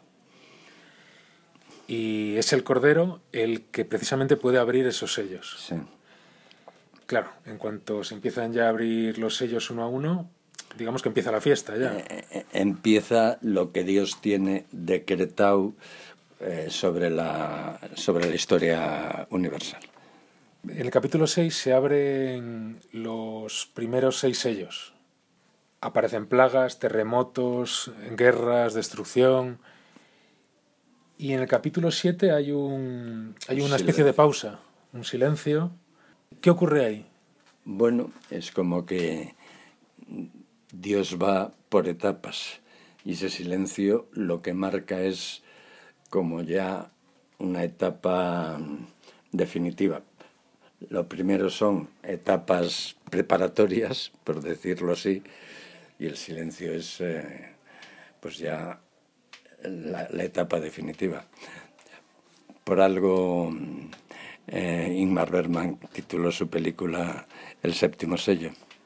Y es el Cordero el que precisamente puede abrir esos sellos. Sí. Claro, en cuanto se empiezan ya a abrir los sellos uno a uno, digamos que empieza la fiesta ya. Empieza lo que Dios tiene decretado sobre la historia universal. En el capítulo 6 se abren los primeros 6 sellos. Aparecen plagas, terremotos, guerras, destrucción. Y en el capítulo 7 hay una especie de pausa, un silencio. ¿Qué ocurre ahí? Bueno, es como que Dios va por etapas y ese silencio lo que marca es como ya una etapa definitiva. Lo primero son etapas preparatorias, por decirlo así, y el silencio es pues ya la etapa definitiva. Por algo Ingmar Bergman tituló su película El séptimo sello.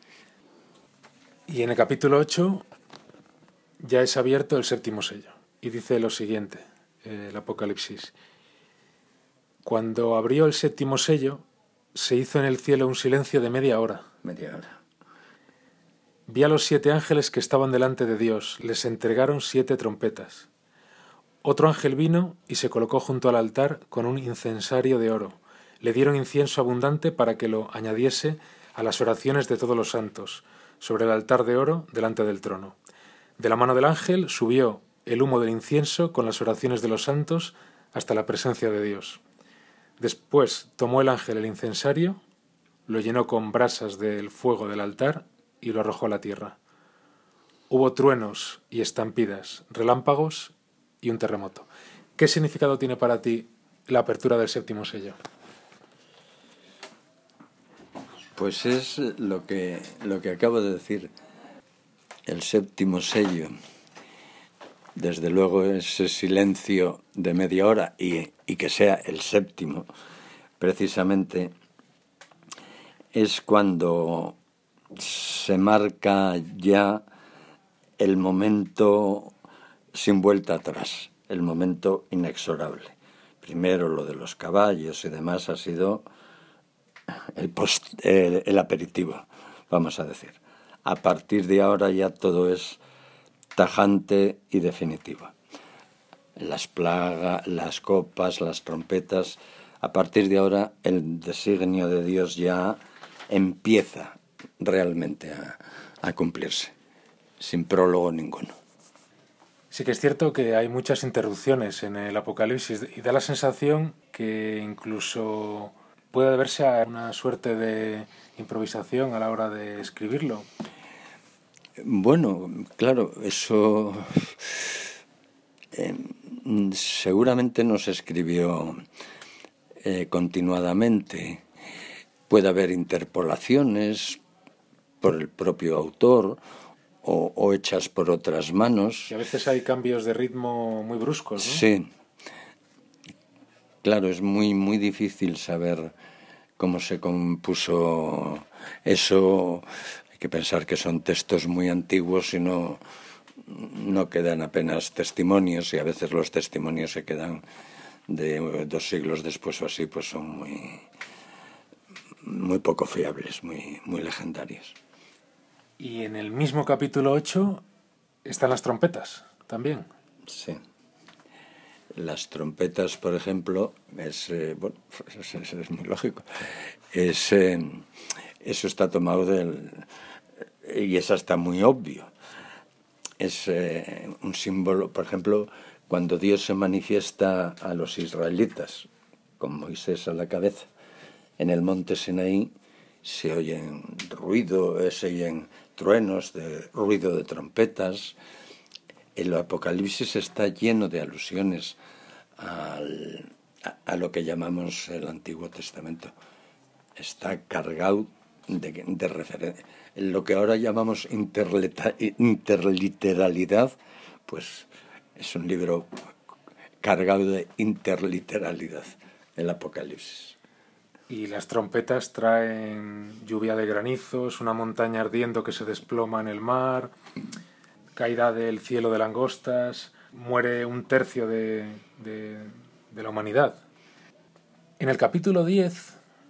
Y en el capítulo 8 ya es abierto el séptimo sello. Y dice lo siguiente, el Apocalipsis. Cuando abrió el séptimo sello, se hizo en el cielo un silencio de media hora. Media hora. Vi a los 7 ángeles que estaban delante de Dios. Les entregaron 7 trompetas. Otro ángel vino y se colocó junto al altar con un incensario de oro. Le dieron incienso abundante para que lo añadiese a las oraciones de todos los santos, sobre el altar de oro delante del trono. De la mano del ángel subió el humo del incienso con las oraciones de los santos hasta la presencia de Dios. Después tomó el ángel el incensario, lo llenó con brasas del fuego del altar y lo arrojó a la tierra. Hubo truenos y estampidas, relámpagos y un terremoto. ¿Qué significado tiene para ti la apertura del séptimo sello? Pues es lo que acabo de decir. El séptimo sello, desde luego ese silencio de media hora y que sea el séptimo, precisamente es cuando se marca ya el momento sin vuelta atrás, el momento inexorable. Primero lo de los caballos y demás ha sido el aperitivo, vamos a decir. A partir de ahora ya todo es tajante y definitivo. Las plagas, las copas, las trompetas, a partir de ahora el designio de Dios ya empieza realmente a cumplirse, sin prólogo ninguno. Sí que es cierto que hay muchas interrupciones en el Apocalipsis y da la sensación que incluso puede deberse a una suerte de improvisación a la hora de escribirlo. Bueno, claro, eso seguramente no se escribió continuadamente. Puede haber interpolaciones por el propio autor o hechas por otras manos. Y a veces hay cambios de ritmo muy bruscos, ¿no? Sí. Claro, es muy, muy difícil saber cómo se compuso eso. Hay que pensar que son textos muy antiguos y no quedan apenas testimonios, y a veces los testimonios se quedan de 2 siglos después o así, pues son muy poco fiables, muy, muy legendarios. Y en el mismo capítulo 8 están las trompetas también. Sí. Las trompetas, por ejemplo, es muy lógico. Eso está tomado y es hasta muy obvio. Es un símbolo, por ejemplo, cuando Dios se manifiesta a los israelitas, con Moisés a la cabeza, en el monte Sinaí se oyen truenos, ruido de trompetas. El Apocalipsis está lleno de alusiones a lo que llamamos el Antiguo Testamento. Está cargado de referencia. Lo que ahora llamamos interliteralidad, pues es un libro cargado de interliteralidad, el Apocalipsis. Y las trompetas traen lluvia de granizos, una montaña ardiendo que se desploma en el mar, caída del cielo de langostas, muere 1/3 de la humanidad. En el capítulo 10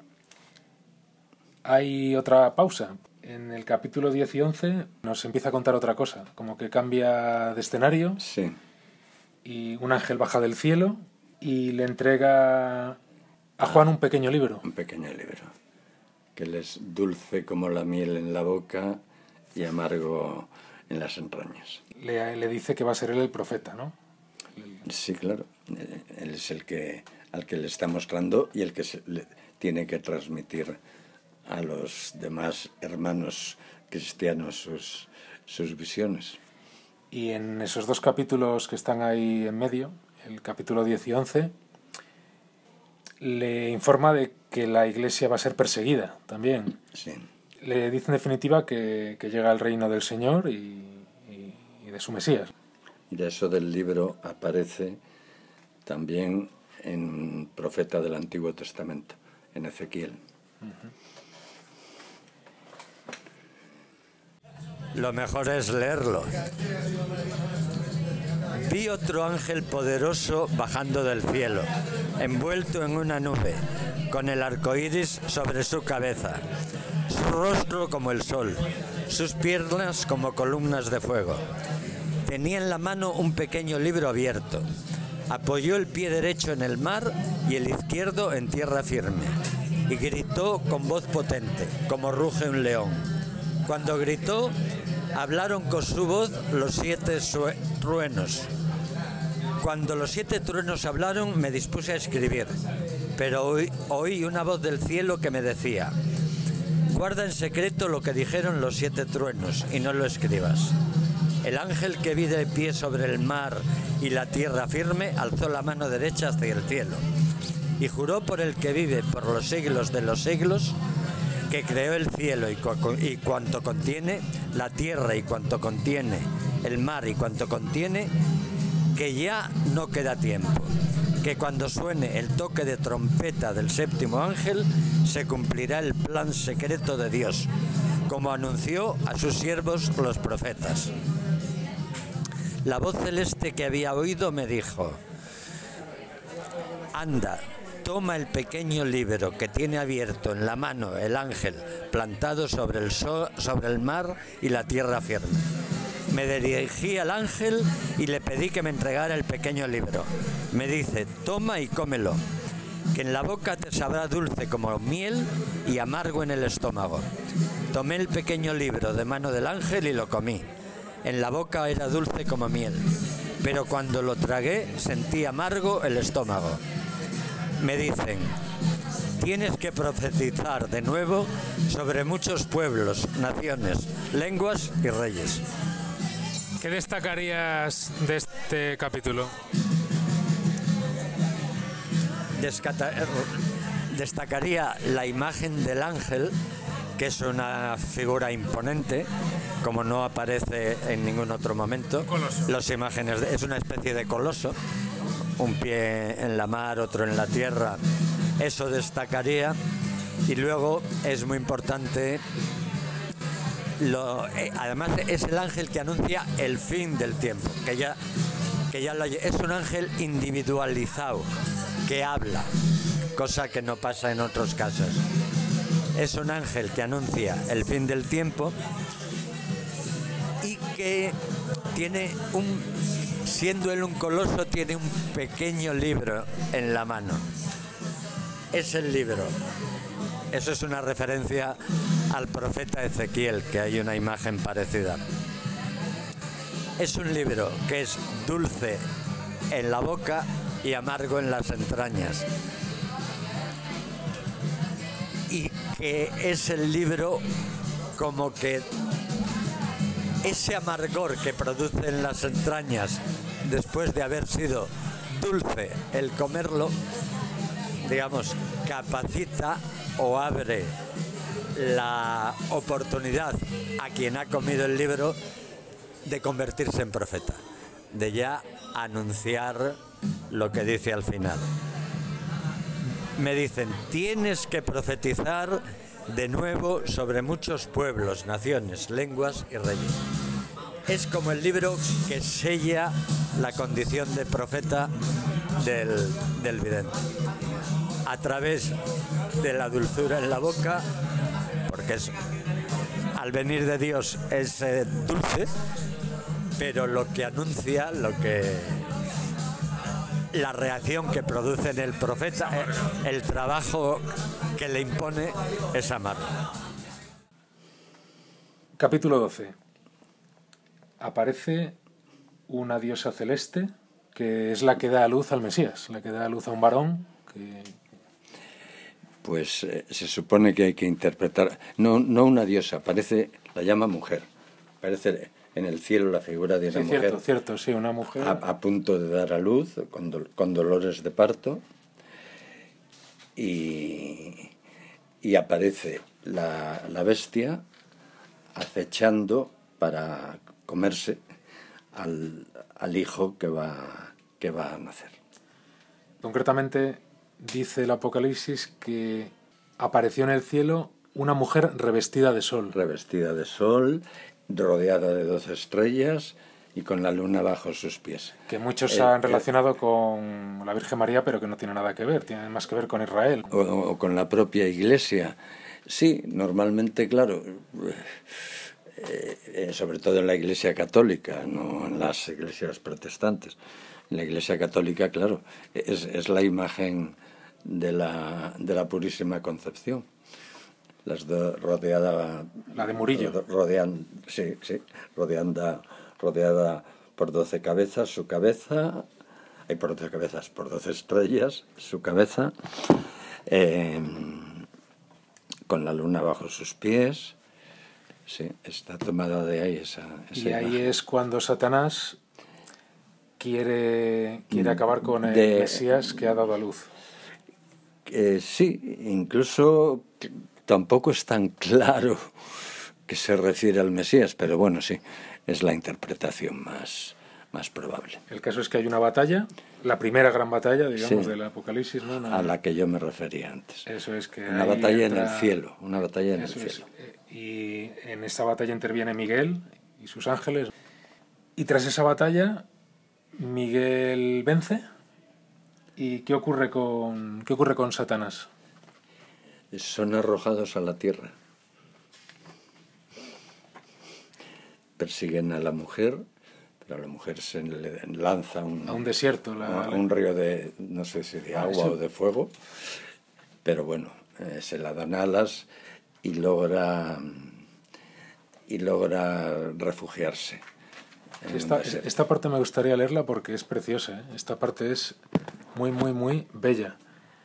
hay otra pausa. En el capítulo 10 y 11 nos empieza a contar otra cosa, como que cambia de escenario. Sí. Y un ángel baja del cielo y le entrega a Juan un pequeño libro. Un pequeño libro, que le es dulce como la miel en la boca y amargo en las entrañas. Le dice que va a ser él el profeta, ¿no? Sí, claro. Él es al que le está mostrando y el que le tiene que transmitir a los demás hermanos cristianos sus visiones. Y en esos 2 capítulos que están ahí en medio, el capítulo 10 y 11, le informa de que la Iglesia va a ser perseguida también. Sí. Le dice en definitiva que llega el reino del Señor y de su Mesías. Y de eso del libro aparece también en profeta del Antiguo Testamento, en Ezequiel. Lo mejor es leerlo. Vi otro ángel poderoso bajando del cielo, envuelto en una nube, con el arco iris sobre su cabeza, su rostro como el sol, sus piernas como columnas de fuego. Tenía en la mano un pequeño libro abierto. Apoyó el pie derecho en el mar y el izquierdo en tierra firme, y gritó con voz potente, como ruge un león. Cuando gritó, hablaron con su voz los 7 truenos. Cuando los 7 truenos hablaron, me dispuse a escribir, pero oí una voz del cielo que me decía: guarda en secreto lo que dijeron los 7 truenos y no lo escribas. El ángel que vi de pie sobre el mar y la tierra firme alzó la mano derecha hacia el cielo y juró por el que vive por los siglos de los siglos, que creó el cielo y cuanto contiene, la tierra y cuanto contiene, el mar y cuanto contiene, que ya no queda tiempo, que cuando suene el toque de trompeta del 7º ángel se cumplirá el plan secreto de Dios, como anunció a sus siervos los profetas. La voz celeste que había oído me dijo: anda, toma el pequeño libro que tiene abierto en la mano el ángel plantado sobre el mar y la tierra firme. Me dirigí al ángel y le pedí que me entregara el pequeño libro. Me dice: toma y cómelo, que en la boca te sabrá dulce como miel y amargo en el estómago. Tomé el pequeño libro de mano del ángel y lo comí. En la boca era dulce como miel, pero cuando lo tragué sentí amargo el estómago. Me dicen: tienes que profetizar de nuevo sobre muchos pueblos, naciones, lenguas y reyes. ¿Qué destacarías de este capítulo? Destacaría la imagen del ángel, que es una figura imponente, como no aparece en ningún otro momento. Las imágenes es una especie de coloso, un pie en la mar, otro en la tierra. Eso destacaría. Y luego es muy importante, además es el ángel que anuncia el fin del tiempo, es un ángel individualizado, que habla, cosa que no pasa en otros casos. Es un ángel que anuncia el fin del tiempo y que siendo él un coloso, tiene un pequeño libro en la mano. Es el libro. Eso es una referencia al profeta Ezequiel, que hay una imagen parecida. Es un libro que es dulce en la boca y amargo en las entrañas. Y que es el libro como que ese amargor que produce en las entrañas después de haber sido dulce el comerlo, digamos, capacita o abre la oportunidad a quien ha comido el libro de convertirse en profeta, de ya anunciar lo que dice al final. Me dicen, tienes que profetizar de nuevo sobre muchos pueblos, naciones, lenguas y reyes. Es como el libro que sella la condición de profeta del vidente. A través de la dulzura en la boca, porque al venir de Dios es dulce, pero lo que anuncia, la reacción que produce en el profeta, el trabajo que le impone es amargo. Capítulo 12. Aparece una diosa celeste que es la que da a luz al Mesías, la que da a luz a un varón que... Pues se supone que hay que interpretar, no una diosa, la llama mujer, parece en el cielo la figura de una mujer. Cierto, sí, una mujer. A punto de dar a luz, con dolores de parto, y aparece la bestia acechando para comerse al hijo que va a nacer. Concretamente, dice el Apocalipsis que apareció en el cielo una mujer revestida de sol. Revestida de sol, rodeada de 12 estrellas y con la luna bajo sus pies. Que muchos han relacionado con la Virgen María, pero que no tiene nada que ver, tiene más que ver con Israel. O con la propia Iglesia. Sí, normalmente, claro, sobre todo en la Iglesia católica, no en las iglesias protestantes. En la Iglesia católica, claro, es la imagen de la Purísima Concepción. Las dos rodeada... La de Murillo. Rodeada por 12 cabezas, su cabeza... por 12 cabezas, por 12 estrellas, su cabeza... con la luna bajo sus pies. Sí, está tomada de ahí esa y ahí imagen. Es cuando Satanás quiere acabar con el Mesías que ha dado a luz. Sí, incluso tampoco es tan claro que se refiere al Mesías, pero bueno, sí, es la interpretación más probable. El caso es que hay una batalla, la primera gran batalla, digamos, del Apocalipsis, ¿no? A la que yo me refería antes. Eso es, que una batalla en el cielo, una batalla en el cielo. Y en esta batalla interviene Miguel y sus ángeles. Y tras esa batalla, Miguel vence. ¿Y qué ocurre con Satanás? Son arrojados a la tierra. Persiguen a la mujer, pero a la mujer se le lanza a un desierto, a un río de, no sé si de agua o de fuego, pero bueno, se la dan alas y logra refugiarse. Esta parte me gustaría leerla porque es preciosa, ¿eh? Esta parte es muy, muy, muy bella.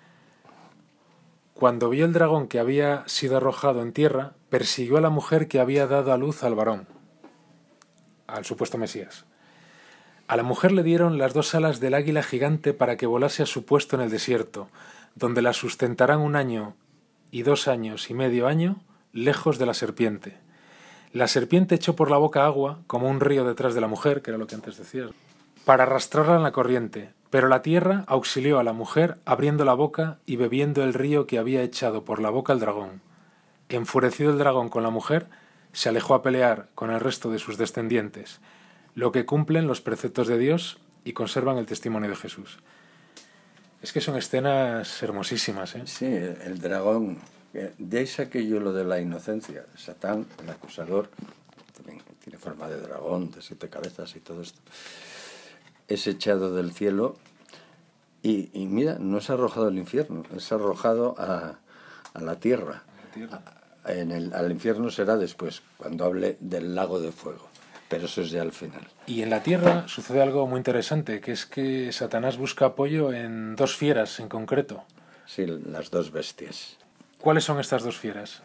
Cuando vio el dragón que había sido arrojado en tierra, persiguió a la mujer que había dado a luz al varón, al supuesto Mesías. A la mujer le dieron las 2 alas del águila gigante para que volase a su puesto en el desierto, donde la sustentarán 1 año y 2 años y medio año, lejos de la serpiente. La serpiente echó por la boca agua, como un río detrás de la mujer, que era lo que antes decías, para arrastrarla en la corriente, pero la tierra auxilió a la mujer abriendo la boca y bebiendo el río que había echado por la boca el dragón. Enfurecido el dragón con la mujer, se alejó a pelear con el resto de sus descendientes, lo que cumplen los preceptos de Dios y conservan el testimonio de Jesús. Es que son escenas hermosísimas, ¿eh? Sí, el dragón, de ahí saqué yo lo de la inocencia. Satán, el acusador, también tiene forma de dragón, de 7 cabezas y todo esto, es echado del cielo y mira, no es arrojado al infierno, es arrojado a la tierra. Al infierno será después, cuando hable del lago de fuego, pero eso es ya al final. Y en la tierra sucede algo muy interesante, que es que Satanás busca apoyo en 2 fieras en concreto. Sí, las 2 bestias. ¿Cuáles son estas 2 fieras?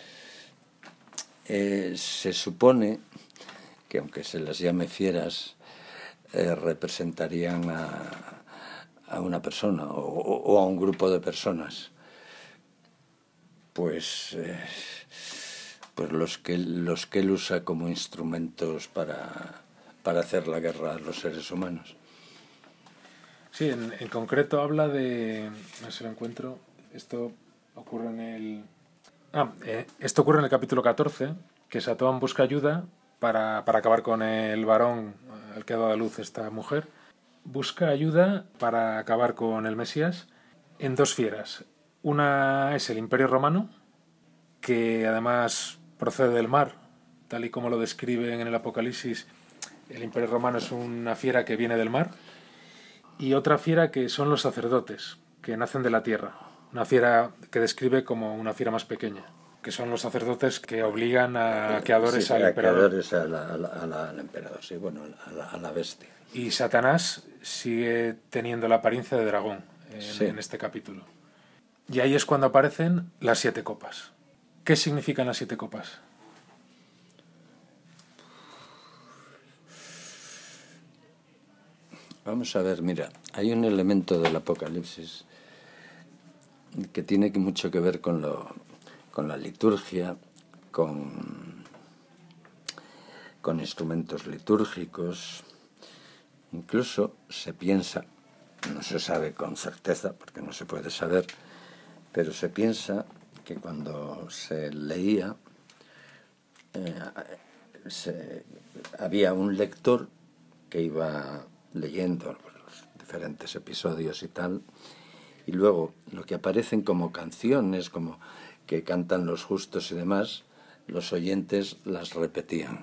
Se supone que, aunque se las llame fieras, representarían a una persona o a un grupo de personas. pues los que él usa como instrumentos para hacer la guerra a los seres humanos. Sí, en concreto habla de... No sé si lo encuentro. Esto ocurre en el... esto ocurre en el capítulo 14, que Satuán busca ayuda para acabar con el varón al que ha dado a luz esta mujer. Busca ayuda para acabar con el Mesías en dos fieras. Una es el Imperio Romano, que además procede del mar, tal y como lo describen en el Apocalipsis. El Imperio Romano es una fiera que viene del mar. Y otra fiera que son los sacerdotes, que nacen de la tierra. Una fiera que describe como una fiera más pequeña, que son los sacerdotes que obligan a que adores al emperador. Que adores al emperador, sí, bueno, a la bestia. Y Satanás sigue teniendo la apariencia de dragón en este capítulo. Y ahí es cuando aparecen las 7 copas. ¿Qué significan las 7 copas? Vamos a ver, mira, hay un elemento del Apocalipsis que tiene mucho que ver con la liturgia, con instrumentos litúrgicos. Incluso se piensa, no se sabe con certeza porque no se puede saber, pero se piensa que cuando se leía había un lector que iba leyendo los diferentes episodios y tal, y luego lo que aparecen como canciones, como que cantan los justos y demás, los oyentes las repetían.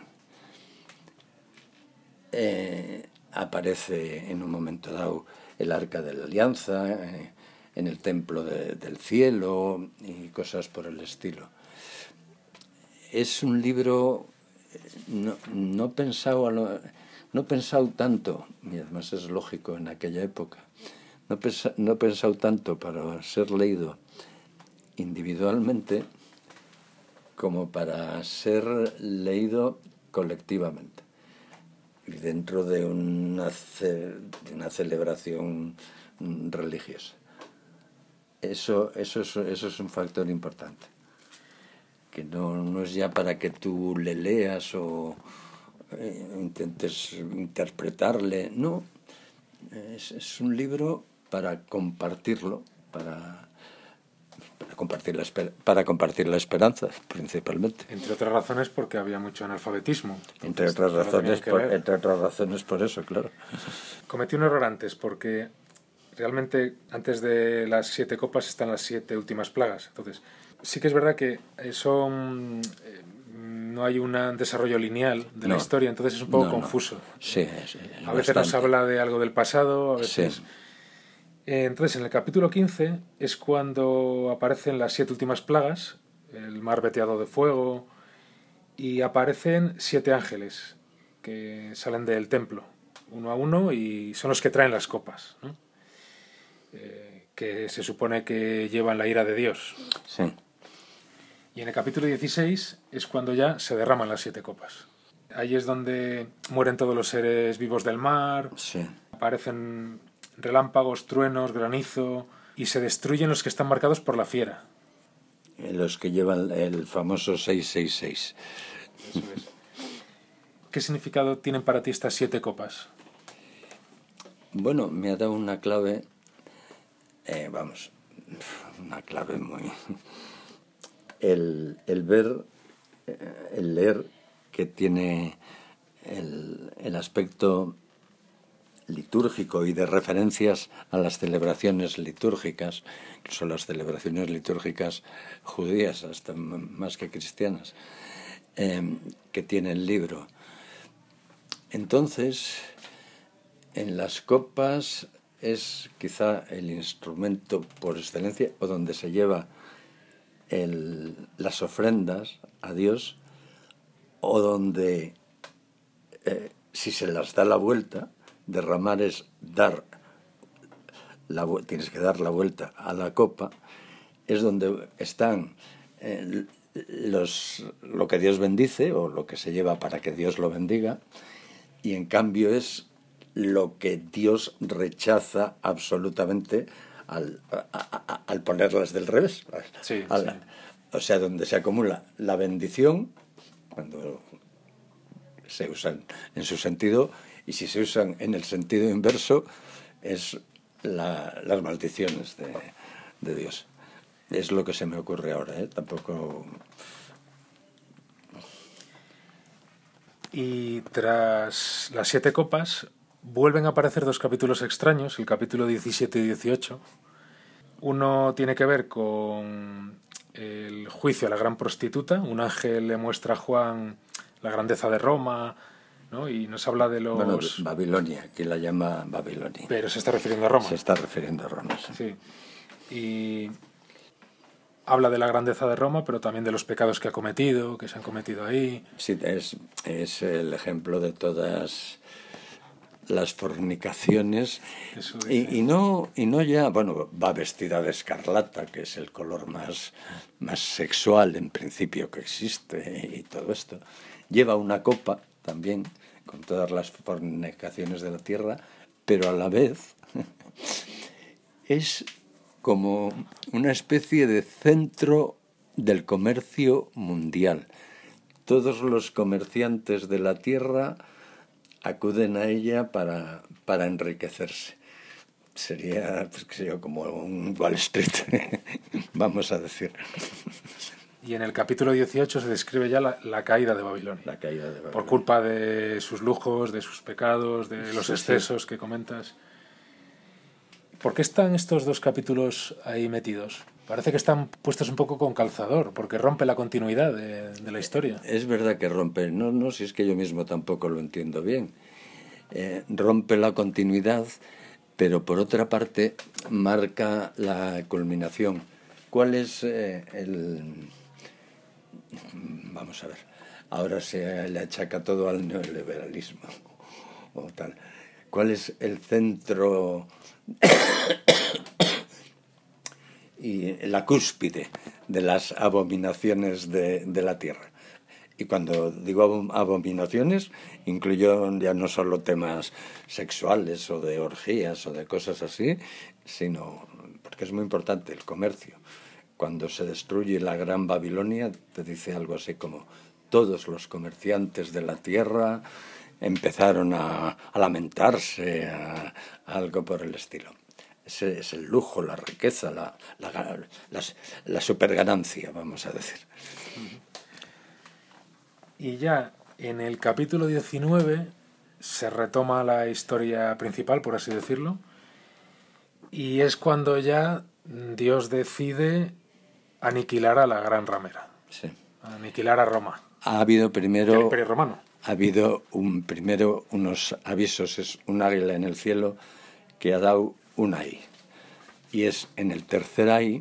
Aparece en un momento dado el Arca de la Alianza en el templo del cielo y cosas por el estilo. Es un libro no pensado tanto, y además es lógico en aquella época, no pensado tanto para ser leído individualmente como para ser leído colectivamente y dentro de una celebración religiosa. Eso es un factor importante, que no es ya para que tú le leas o intentes interpretarle, no, es un libro para compartirlo, para compartir la esperanza, principalmente. Entre otras razones porque había mucho analfabetismo. Entre otras razones por eso, claro. Cometí un error antes, porque realmente antes de las 7 copas están las 7 últimas plagas. Entonces, sí que es verdad que no hay un desarrollo lineal de la historia, entonces es un poco confuso. Sí, a veces nos habla de algo del pasado, a veces... Sí. Entonces, en el capítulo 15 es cuando aparecen las 7 últimas plagas, el mar veteado de fuego, y aparecen 7 ángeles que salen del templo, uno a uno, y son los que traen las copas, ¿no? Que se supone que llevan la ira de Dios. Sí. Y en el capítulo 16 es cuando ya se derraman las 7 copas. Ahí es donde mueren todos los seres vivos del mar, sí. Aparecen relámpagos, truenos, granizo, y se destruyen los que están marcados por la fiera. Los que llevan el famoso 666. Eso es. ¿Qué significado tienen para ti estas 7 copas? Bueno, me ha dado una clave, una clave muy... El leer que tiene el aspecto litúrgico y de referencias a las celebraciones litúrgicas, incluso las celebraciones litúrgicas judías, hasta más que cristianas, que tiene el libro. Entonces, en las copas es quizá el instrumento por excelencia, o donde se lleva las ofrendas a Dios, o donde, si se las da la vuelta, derramar es tienes que dar la vuelta a la copa, es donde están lo que Dios bendice o lo que se lleva para que Dios lo bendiga, y en cambio es lo que Dios rechaza absolutamente al ponerlas del revés. Sí. o sea, donde se acumula la bendición, cuando se usan en su sentido, y si se usan en el sentido inverso, es las maldiciones de Dios. Es lo que se me ocurre ahora, ¿eh? Tampoco... Y tras las 7 copas vuelven a aparecer 2 capítulos extraños, el capítulo 17 y 18. Uno tiene que ver con el juicio a la gran prostituta. Un ángel le muestra a Juan la grandeza de Roma, ¿no? Y nos habla de los... Bueno, Babilonia, que la llama Babilonia. Pero se está refiriendo a Roma. Se está refiriendo a Roma, sí. Sí. Y habla de la grandeza de Roma, pero también de los pecados que ha cometido, que se han cometido ahí. Sí, es el ejemplo de todas las fornicaciones. Y no ya, bueno, va vestida de escarlata, que es el color más sexual en principio que existe, y todo esto. Lleva una copa también, con todas las fornicaciones de la tierra, pero a la vez es como una especie de centro del comercio mundial. Todos los comerciantes de la tierra acuden a ella para enriquecerse. Sería, pues, qué sé yo, como un Wall Street, vamos a decir. Y en el capítulo 18 se describe ya la caída de Babilonia. La caída de Babilonia. Por culpa de sus lujos, de sus pecados, de los excesos que comentas. ¿Por qué están estos 2 capítulos ahí metidos? Parece que están puestos un poco con calzador, porque rompe la continuidad de la historia. Es verdad que rompe, no, si es que yo mismo tampoco lo entiendo bien. Rompe la continuidad, pero por otra parte marca la culminación. ¿Cuál es Vamos a ver, ahora se le achaca todo al neoliberalismo o tal. ¿Cuál es el centro y la cúspide de las abominaciones de la tierra? Y cuando digo abominaciones, incluyo ya no solo temas sexuales o de orgías o de cosas así, sino, porque es muy importante, el comercio. Cuando se destruye la Gran Babilonia, te dice algo así como: todos los comerciantes de la tierra empezaron a lamentarse, algo por el estilo. Ese es el lujo, la riqueza, la superganancia, vamos a decir. Y ya en el capítulo 19 se retoma la historia principal, por así decirlo, y es cuando ya Dios decide aniquilar a la gran ramera, Sí. aniquilar a Roma. Ha habido primero... El Imperio Romano. Ha habido primero unos avisos, es un águila en el cielo que ha dado un ay. Y es en el tercer ay,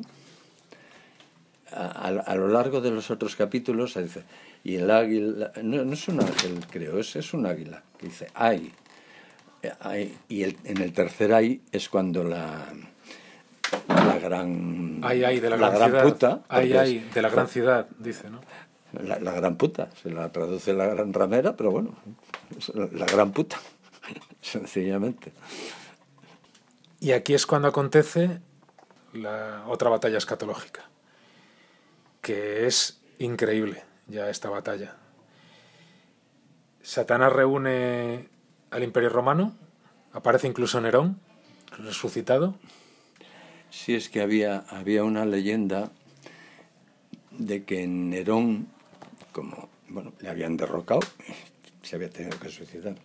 a lo largo de los otros capítulos, se dice, y el águila, no es un ángel, creo, es un águila, que dice ay. Y en el tercer ay es cuando la gran... Ay, de la gran gran ciudad. Puta. Ay, de la gran ciudad, dice, ¿no? La gran puta, se la traduce la gran ramera, pero bueno, es la gran puta, sencillamente. Y aquí es cuando acontece la otra batalla escatológica, que es increíble ya esta batalla. Satanás reúne al Imperio Romano, aparece incluso Nerón, resucitado. Sí, es que había una leyenda de que Nerón, como le habían derrocado, se había tenido que suicidar,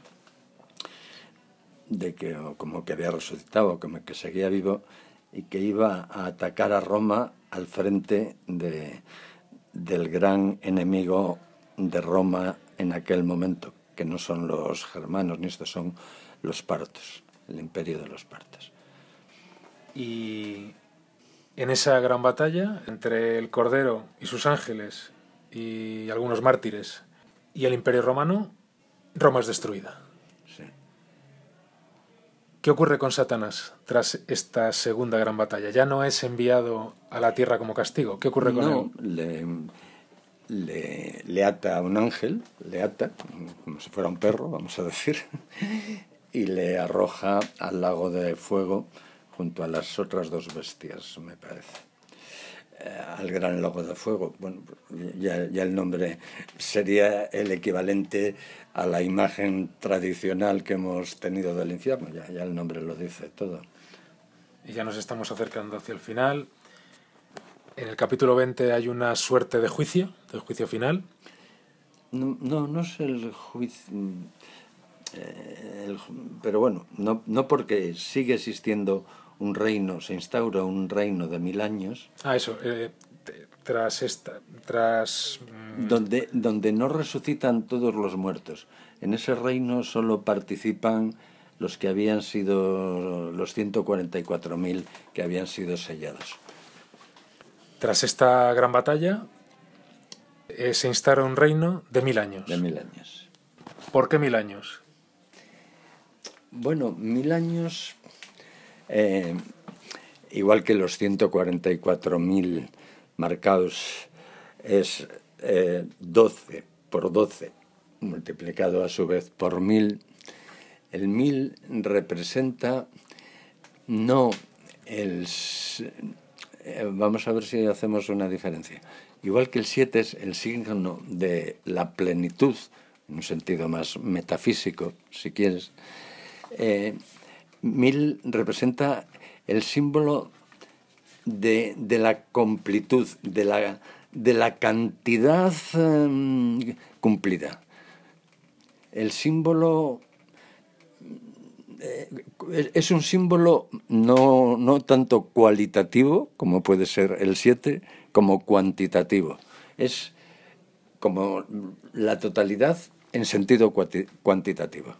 de que como que había resucitado, como que seguía vivo y que iba a atacar a Roma al frente del gran enemigo de Roma en aquel momento, que no son los germanos ni estos, son los partos, el imperio de los partos. Y en esa gran batalla entre el Cordero y sus ángeles y algunos mártires y el Imperio Romano, Roma es destruida. Sí. ¿Qué ocurre con Satanás tras esta segunda gran batalla? ¿Ya no es enviado a la tierra como castigo? ¿Qué ocurre con él? Le ata a un ángel, como si fuera un perro, vamos a decir, y le arroja al lago de fuego junto a las otras 2 bestias, me parece. al gran lago de fuego. Bueno, ya el nombre sería el equivalente a la imagen tradicional que hemos tenido del infierno. Ya el nombre lo dice todo. Y ya nos estamos acercando hacia el final. En el capítulo 20 hay una suerte de juicio final. No es el juicio, pero bueno, no porque sigue existiendo un reino, se instaura un reino de 1000 años. Eso, donde no resucitan todos los muertos. En ese reino solo participan los que habían sido los 144.000 que habían sido sellados. Tras esta gran batalla, se instaura un reino de 1000 años. De 1000 años. ¿Por qué 1000 años? Bueno, 1000 años, igual que los 144.000 marcados, es 12 por 12 multiplicado a su vez por 1000. El 1000 representa no el... Vamos a ver si hacemos una diferencia. Igual que el 7 es el signo de la plenitud, en un sentido más metafísico, si quieres, 1000 representa el símbolo de la completud, de la cantidad cumplida. El símbolo es un símbolo no tanto cualitativo, como puede ser el 7, como cuantitativo. Es como la totalidad en sentido cuantitativo.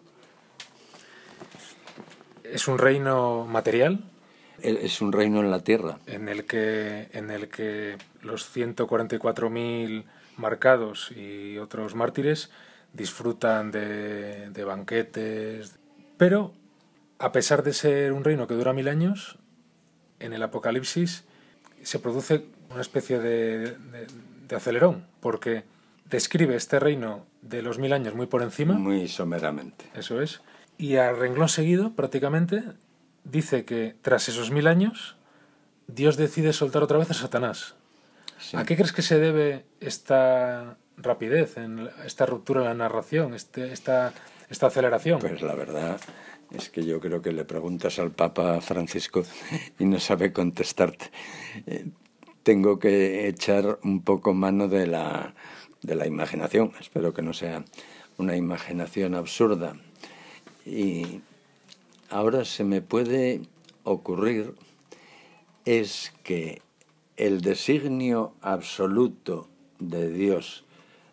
¿Es un reino material? Es un reino en la tierra. En el que los 144.000 marcados y otros mártires disfrutan de banquetes. Pero, a pesar de ser un reino que dura 1000 años, en el Apocalipsis se produce una especie de acelerón, porque describe este reino de los 1000 años muy por encima. Muy someramente. Eso es. Y a renglón seguido, prácticamente, dice que tras esos 1000 años, Dios decide soltar otra vez a Satanás. Sí. ¿A qué crees que se debe esta rapidez, esta ruptura en la narración, esta aceleración? Pues la verdad es que yo creo que le preguntas al Papa Francisco y no sabe contestarte. Tengo que echar un poco mano de la imaginación. Espero que no sea una imaginación absurda. Y ahora se me puede ocurrir es que el designio absoluto de Dios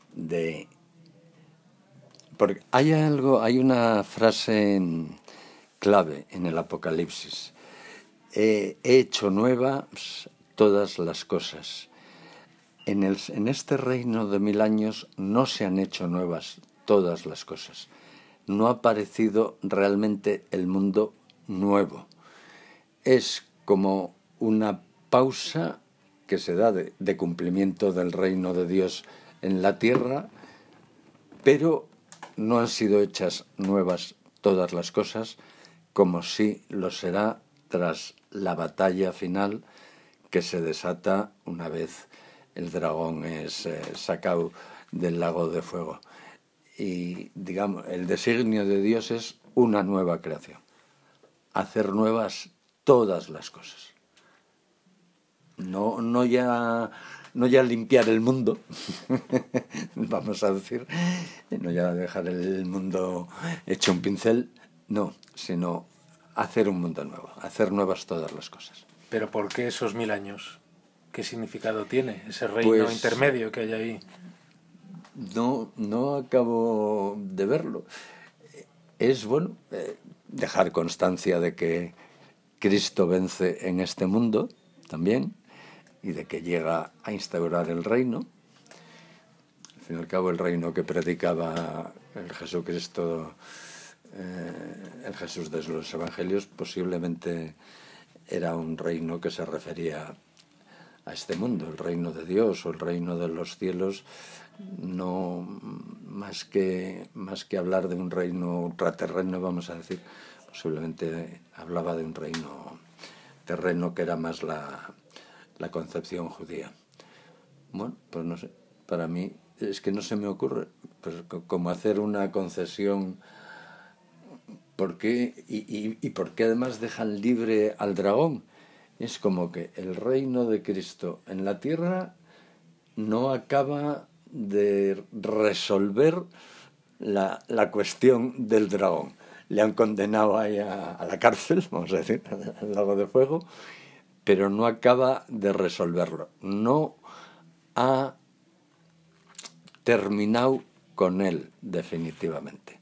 porque hay una frase clave en el Apocalipsis. He hecho nuevas todas las cosas. En este reino de 1000 años no se han hecho nuevas todas las cosas. No ha aparecido realmente el mundo nuevo. Es como una pausa que se da de cumplimiento del reino de Dios en la tierra, pero no han sido hechas nuevas todas las cosas, como sí lo será tras la batalla final que se desata una vez el dragón es sacado del lago de fuego. Y, digamos, el designio de Dios es una nueva creación. Hacer nuevas todas las cosas. No ya limpiar el mundo, vamos a decir, no ya dejar el mundo hecho un pincel, no, sino hacer un mundo nuevo, hacer nuevas todas las cosas. ¿Pero por qué esos 1000 años? ¿Qué significado tiene ese reino intermedio que hay ahí? No acabo de verlo. Es bueno dejar constancia de que Cristo vence en este mundo también y de que llega a instaurar el reino. Al fin y al cabo, el reino que predicaba el Jesucristo, el Jesús de los Evangelios, posiblemente era un reino que se refería a este mundo, el reino de Dios o el reino de los cielos. No más que hablar de un reino ultraterreno, vamos a decir, posiblemente hablaba de un reino terreno que era más la concepción judía. Bueno, pues no sé, para mí es que no se me ocurre pues, cómo hacer una concesión. ¿Por qué? ¿Y por qué además dejan libre al dragón? Es como que el reino de Cristo en la tierra no acaba de resolver la cuestión del dragón. Le han condenado ahí a la cárcel, vamos a decir, al lago de fuego, pero no acaba de resolverlo. No ha terminado con él definitivamente.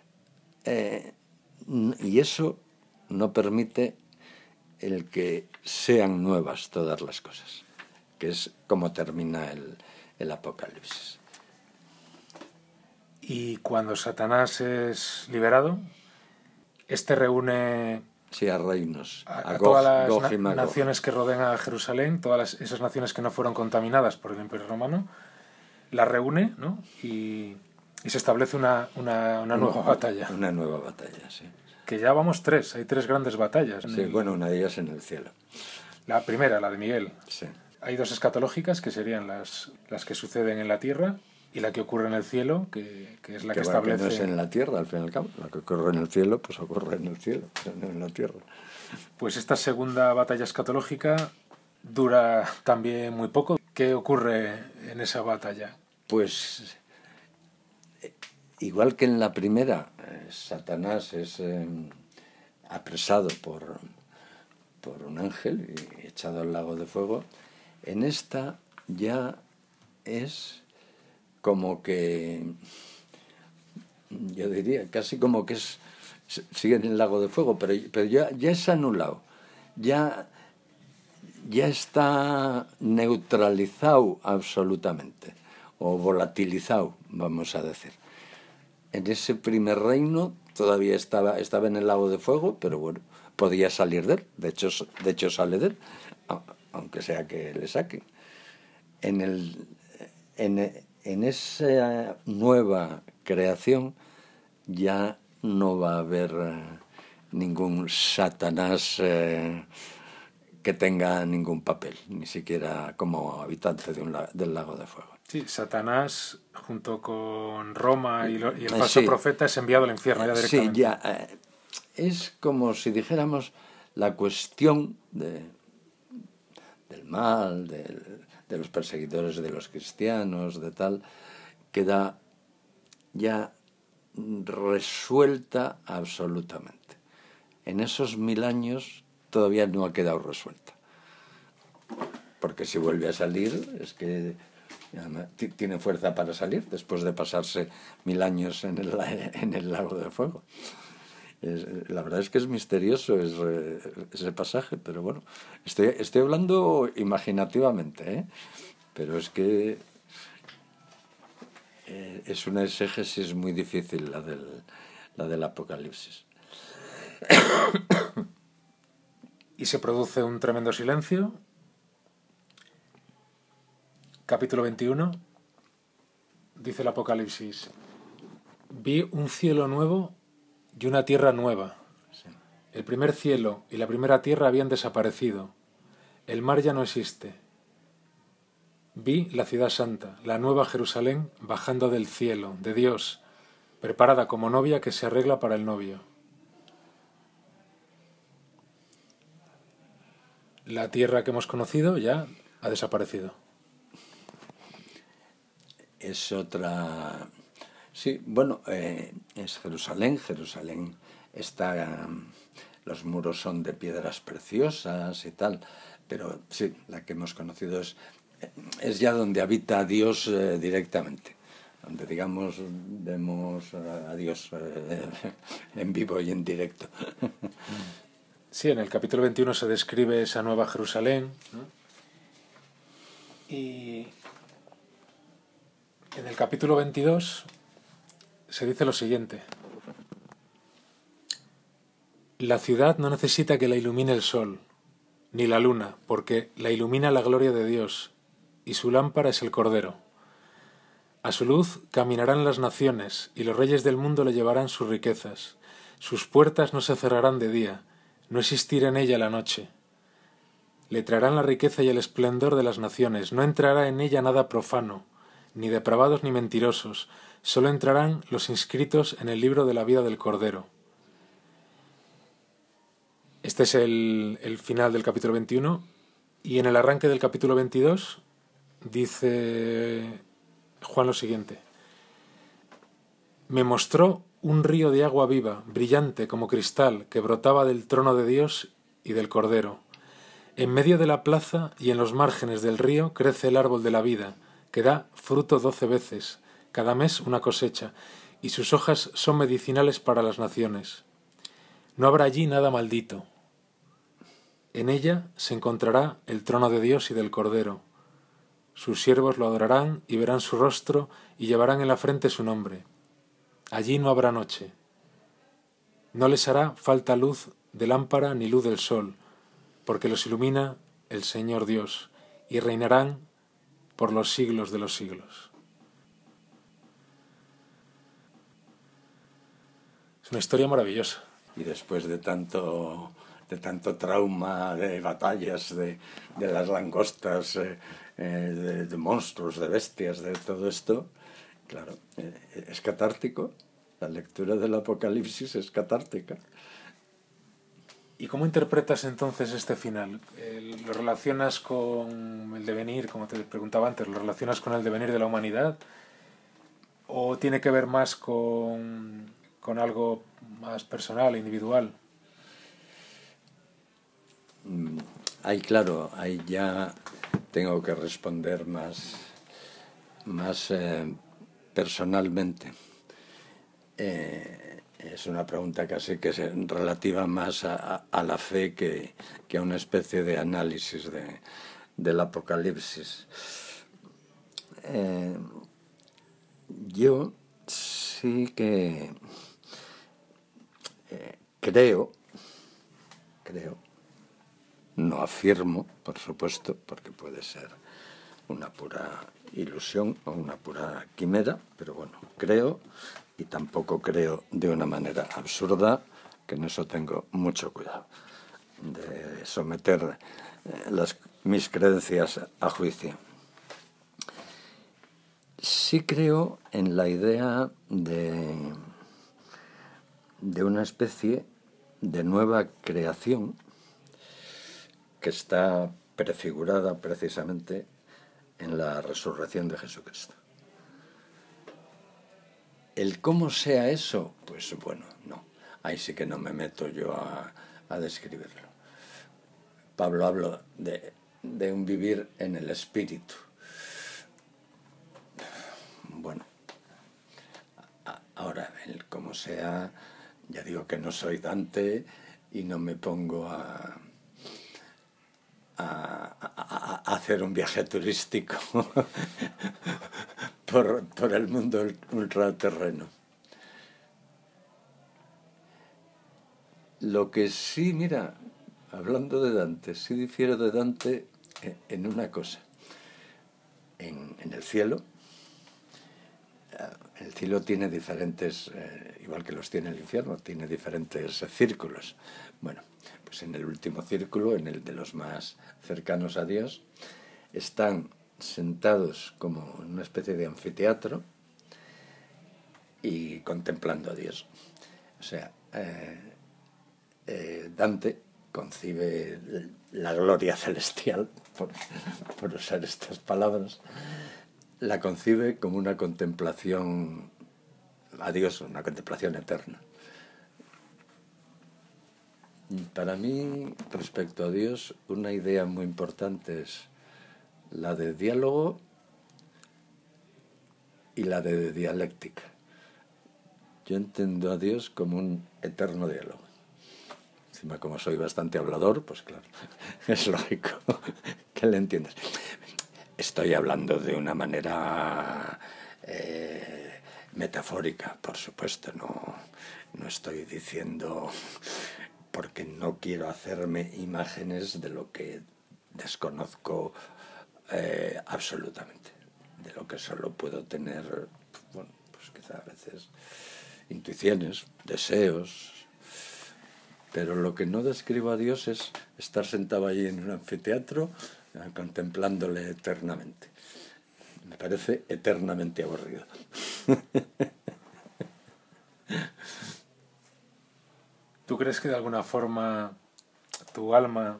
Y eso no permite el que sean nuevas todas las cosas, que es como termina el Apocalipsis. Y cuando Satanás es liberado, reúne sí, a reinos, a todas las naciones que rodean a Jerusalén, esas naciones que no fueron contaminadas por el Imperio Romano, las reúne, ¿no? Y se establece una nueva batalla. Una nueva batalla, sí. Que ya vamos hay tres grandes batallas. Sí, bueno, una de ellas en el cielo. La primera, la de Miguel. Sí. Hay dos escatológicas, que serían las que suceden en la tierra, y la que ocurre en el cielo, que es la que establece... Que no es en la tierra, al fin y al cabo. La que ocurre en el cielo, pues ocurre en el cielo, no en la tierra. Pues esta segunda batalla escatológica dura también muy poco. ¿Qué ocurre en esa batalla? Pues igual que en la primera, Satanás es apresado por un ángel y echado al lago de fuego. En esta ya es como que, yo diría, casi como que sigue en el lago de fuego, pero ya es anulado. Ya está neutralizado absolutamente, o volatilizado, vamos a decir. En ese primer reino todavía estaba en el lago de fuego, pero bueno, podía salir de él. De hecho sale de él, aunque sea que le saquen. En esa nueva creación ya no va a haber ningún Satanás que tenga ningún papel, ni siquiera como habitante del lago de fuego. Sí, Satanás, junto con Roma y el falso profeta, es enviado al infierno ya directamente. Sí, ya. Es como si dijéramos la cuestión del mal, de los perseguidores de los cristianos, de tal, queda ya resuelta absolutamente. En esos 1000 años todavía no ha quedado resuelta. Porque si vuelve a salir, es que tiene fuerza para salir después de pasarse 1000 años en el lago de fuego. La verdad es que es misterioso ese pasaje, pero bueno, estoy hablando imaginativamente, pero es que es una exégesis muy difícil la del Apocalipsis. Y se produce un tremendo silencio. Capítulo 21, dice el Apocalipsis: vi un cielo nuevo y una tierra nueva. Sí. El primer cielo y la primera tierra habían desaparecido. El mar ya no existe. Vi la ciudad santa, la nueva Jerusalén, bajando del cielo, de Dios, preparada como novia que se arregla para el novio. La tierra que hemos conocido ya ha desaparecido. Es otra... Sí, bueno, es Jerusalén. Jerusalén está... los muros son de piedras preciosas y tal, pero sí, la que hemos conocido es ya donde habita Dios directamente, donde, digamos, vemos a Dios en vivo y en directo. Sí, en el capítulo 21 se describe esa nueva Jerusalén, ¿no? Y en el capítulo 22 se dice lo siguiente: la ciudad no necesita que la ilumine el sol, ni la luna, porque la ilumina la gloria de Dios, y su lámpara es el Cordero. A su luz caminarán las naciones, y los reyes del mundo le llevarán sus riquezas. Sus puertas no se cerrarán de día, no existirá en ella la noche. Le traerán la riqueza y el esplendor de las naciones. No entrará en ella nada profano, ni depravados ni mentirosos. Solo entrarán los inscritos en el libro de la vida del Cordero. Este es el final del capítulo 21. Y en el arranque del capítulo 22 dice Juan lo siguiente. Me mostró un río de agua viva, brillante como cristal, que brotaba del trono de Dios y del Cordero. En medio de la plaza y en los márgenes del río crece el árbol de la vida, que da fruto 12 veces, cada mes una cosecha, y sus hojas son medicinales para las naciones. No habrá allí nada maldito. En ella se encontrará el trono de Dios y del Cordero. Sus siervos lo adorarán y verán su rostro y llevarán en la frente su nombre. Allí no habrá noche. No les hará falta luz de lámpara ni luz del sol, porque los ilumina el Señor Dios, y reinarán por los siglos de los siglos. Es una historia maravillosa. Y después de tanto trauma, de batallas, de las langostas, de monstruos, de bestias, de todo esto, claro, es catártico. La lectura del Apocalipsis es catártica. ¿Y cómo interpretas entonces este final? ¿Lo relacionas con el devenir, como te preguntaba antes, lo relacionas con el devenir de la humanidad? ¿O tiene que ver más con algo más personal, individual? Ahí, claro, ahí ya tengo que responder más personalmente. Es una pregunta casi que es relativa más a la fe que a una especie de análisis del Apocalipsis. Yo sí que creo, no afirmo, por supuesto, porque puede ser una pura ilusión o una pura quimera, pero bueno, creo, y tampoco creo de una manera absurda, que en eso tengo mucho cuidado, de someter mis creencias a juicio. Sí creo en la idea de una especie de nueva creación que está prefigurada precisamente en la resurrección de Jesucristo. El cómo sea eso, pues bueno, no. Ahí sí que no me meto yo a describirlo. Pablo habla de un vivir en el espíritu. Bueno, ahora, el cómo sea, ya digo que no soy Dante y no me pongo a hacer un viaje turístico por el mundo ultraterreno. Lo que sí, mira, hablando de Dante, sí difiero de Dante en una cosa. En el cielo tiene diferentes, igual que los tiene el infierno, tiene diferentes círculos. Bueno, pues en el último círculo, en el de los más cercanos a Dios, están sentados como en una especie de anfiteatro y contemplando a Dios. O sea, Dante concibe la gloria celestial, por usar estas palabras, la concibe como una contemplación a Dios, una contemplación eterna. Para mí, respecto a Dios, una idea muy importante es la de diálogo y la de dialéctica. Yo entiendo a Dios como un eterno diálogo. Encima, como soy bastante hablador, pues claro, es lógico que le entiendas. Estoy hablando de una manera metafórica, por supuesto, no estoy diciendo, porque no quiero hacerme imágenes de lo que desconozco absolutamente, de lo que solo puedo tener, bueno, pues quizá a veces intuiciones, deseos, pero lo que no describo a Dios es estar sentado allí en un anfiteatro contemplándole eternamente. Me parece eternamente aburrido. ¿Tú crees que de alguna forma tu alma,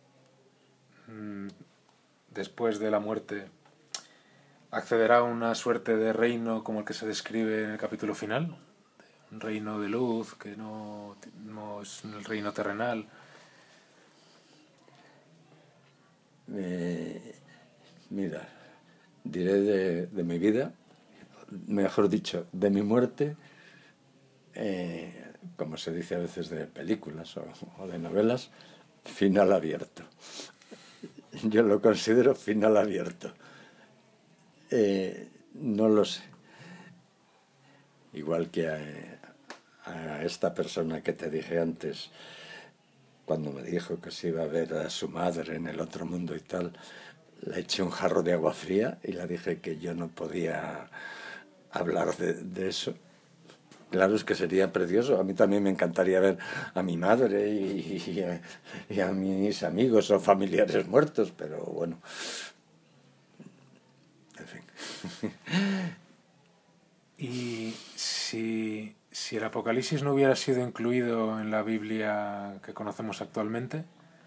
después de la muerte, accederá a una suerte de reino como el que se describe en el capítulo final? Un reino de luz que no es el reino terrenal. Mira, diré de mi vida, mejor dicho, de mi muerte, como se dice a veces de películas o de novelas, final abierto. Yo lo considero final abierto. No lo sé. Igual que a esta persona que te dije antes, cuando me dijo que se iba a ver a su madre en el otro mundo y tal, le eché un jarro de agua fría y le dije que yo no podía hablar de eso. Claro, es que sería precioso. A mí también me encantaría ver a mi madre y a mis amigos o familiares muertos, pero bueno, en fin. Y si el Apocalipsis no hubiera sido incluido en la Biblia que conocemos actualmente,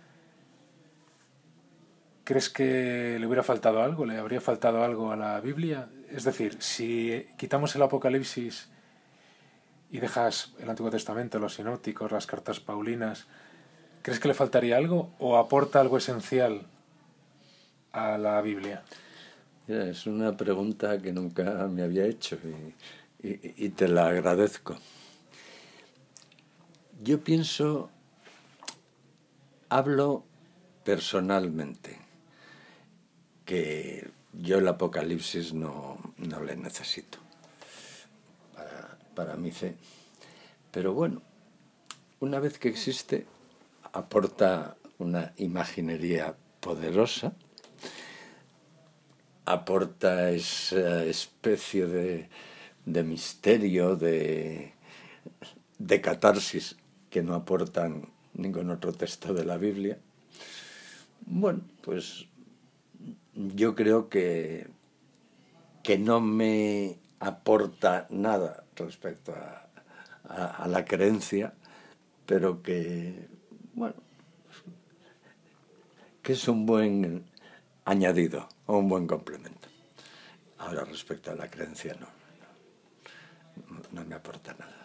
¿crees que le hubiera faltado algo? ¿Le habría faltado algo a la Biblia? Es decir, si quitamos el Apocalipsis y dejas el Antiguo Testamento, los sinópticos, las cartas paulinas, ¿crees que le faltaría algo o aporta algo esencial a la Biblia? Mira, es una pregunta que nunca me había hecho y te la agradezco. Yo hablo personalmente, que yo el Apocalipsis no le necesito para mi fe. Pero bueno, una vez que existe, aporta una imaginería poderosa, aporta esa especie de misterio, de catarsis que no aportan ningún otro texto de la Biblia. Bueno, pues yo creo que no me aporta nada respecto a la creencia, pero que, bueno, que es un buen añadido o un buen complemento. Ahora, respecto a la creencia, no me aporta nada.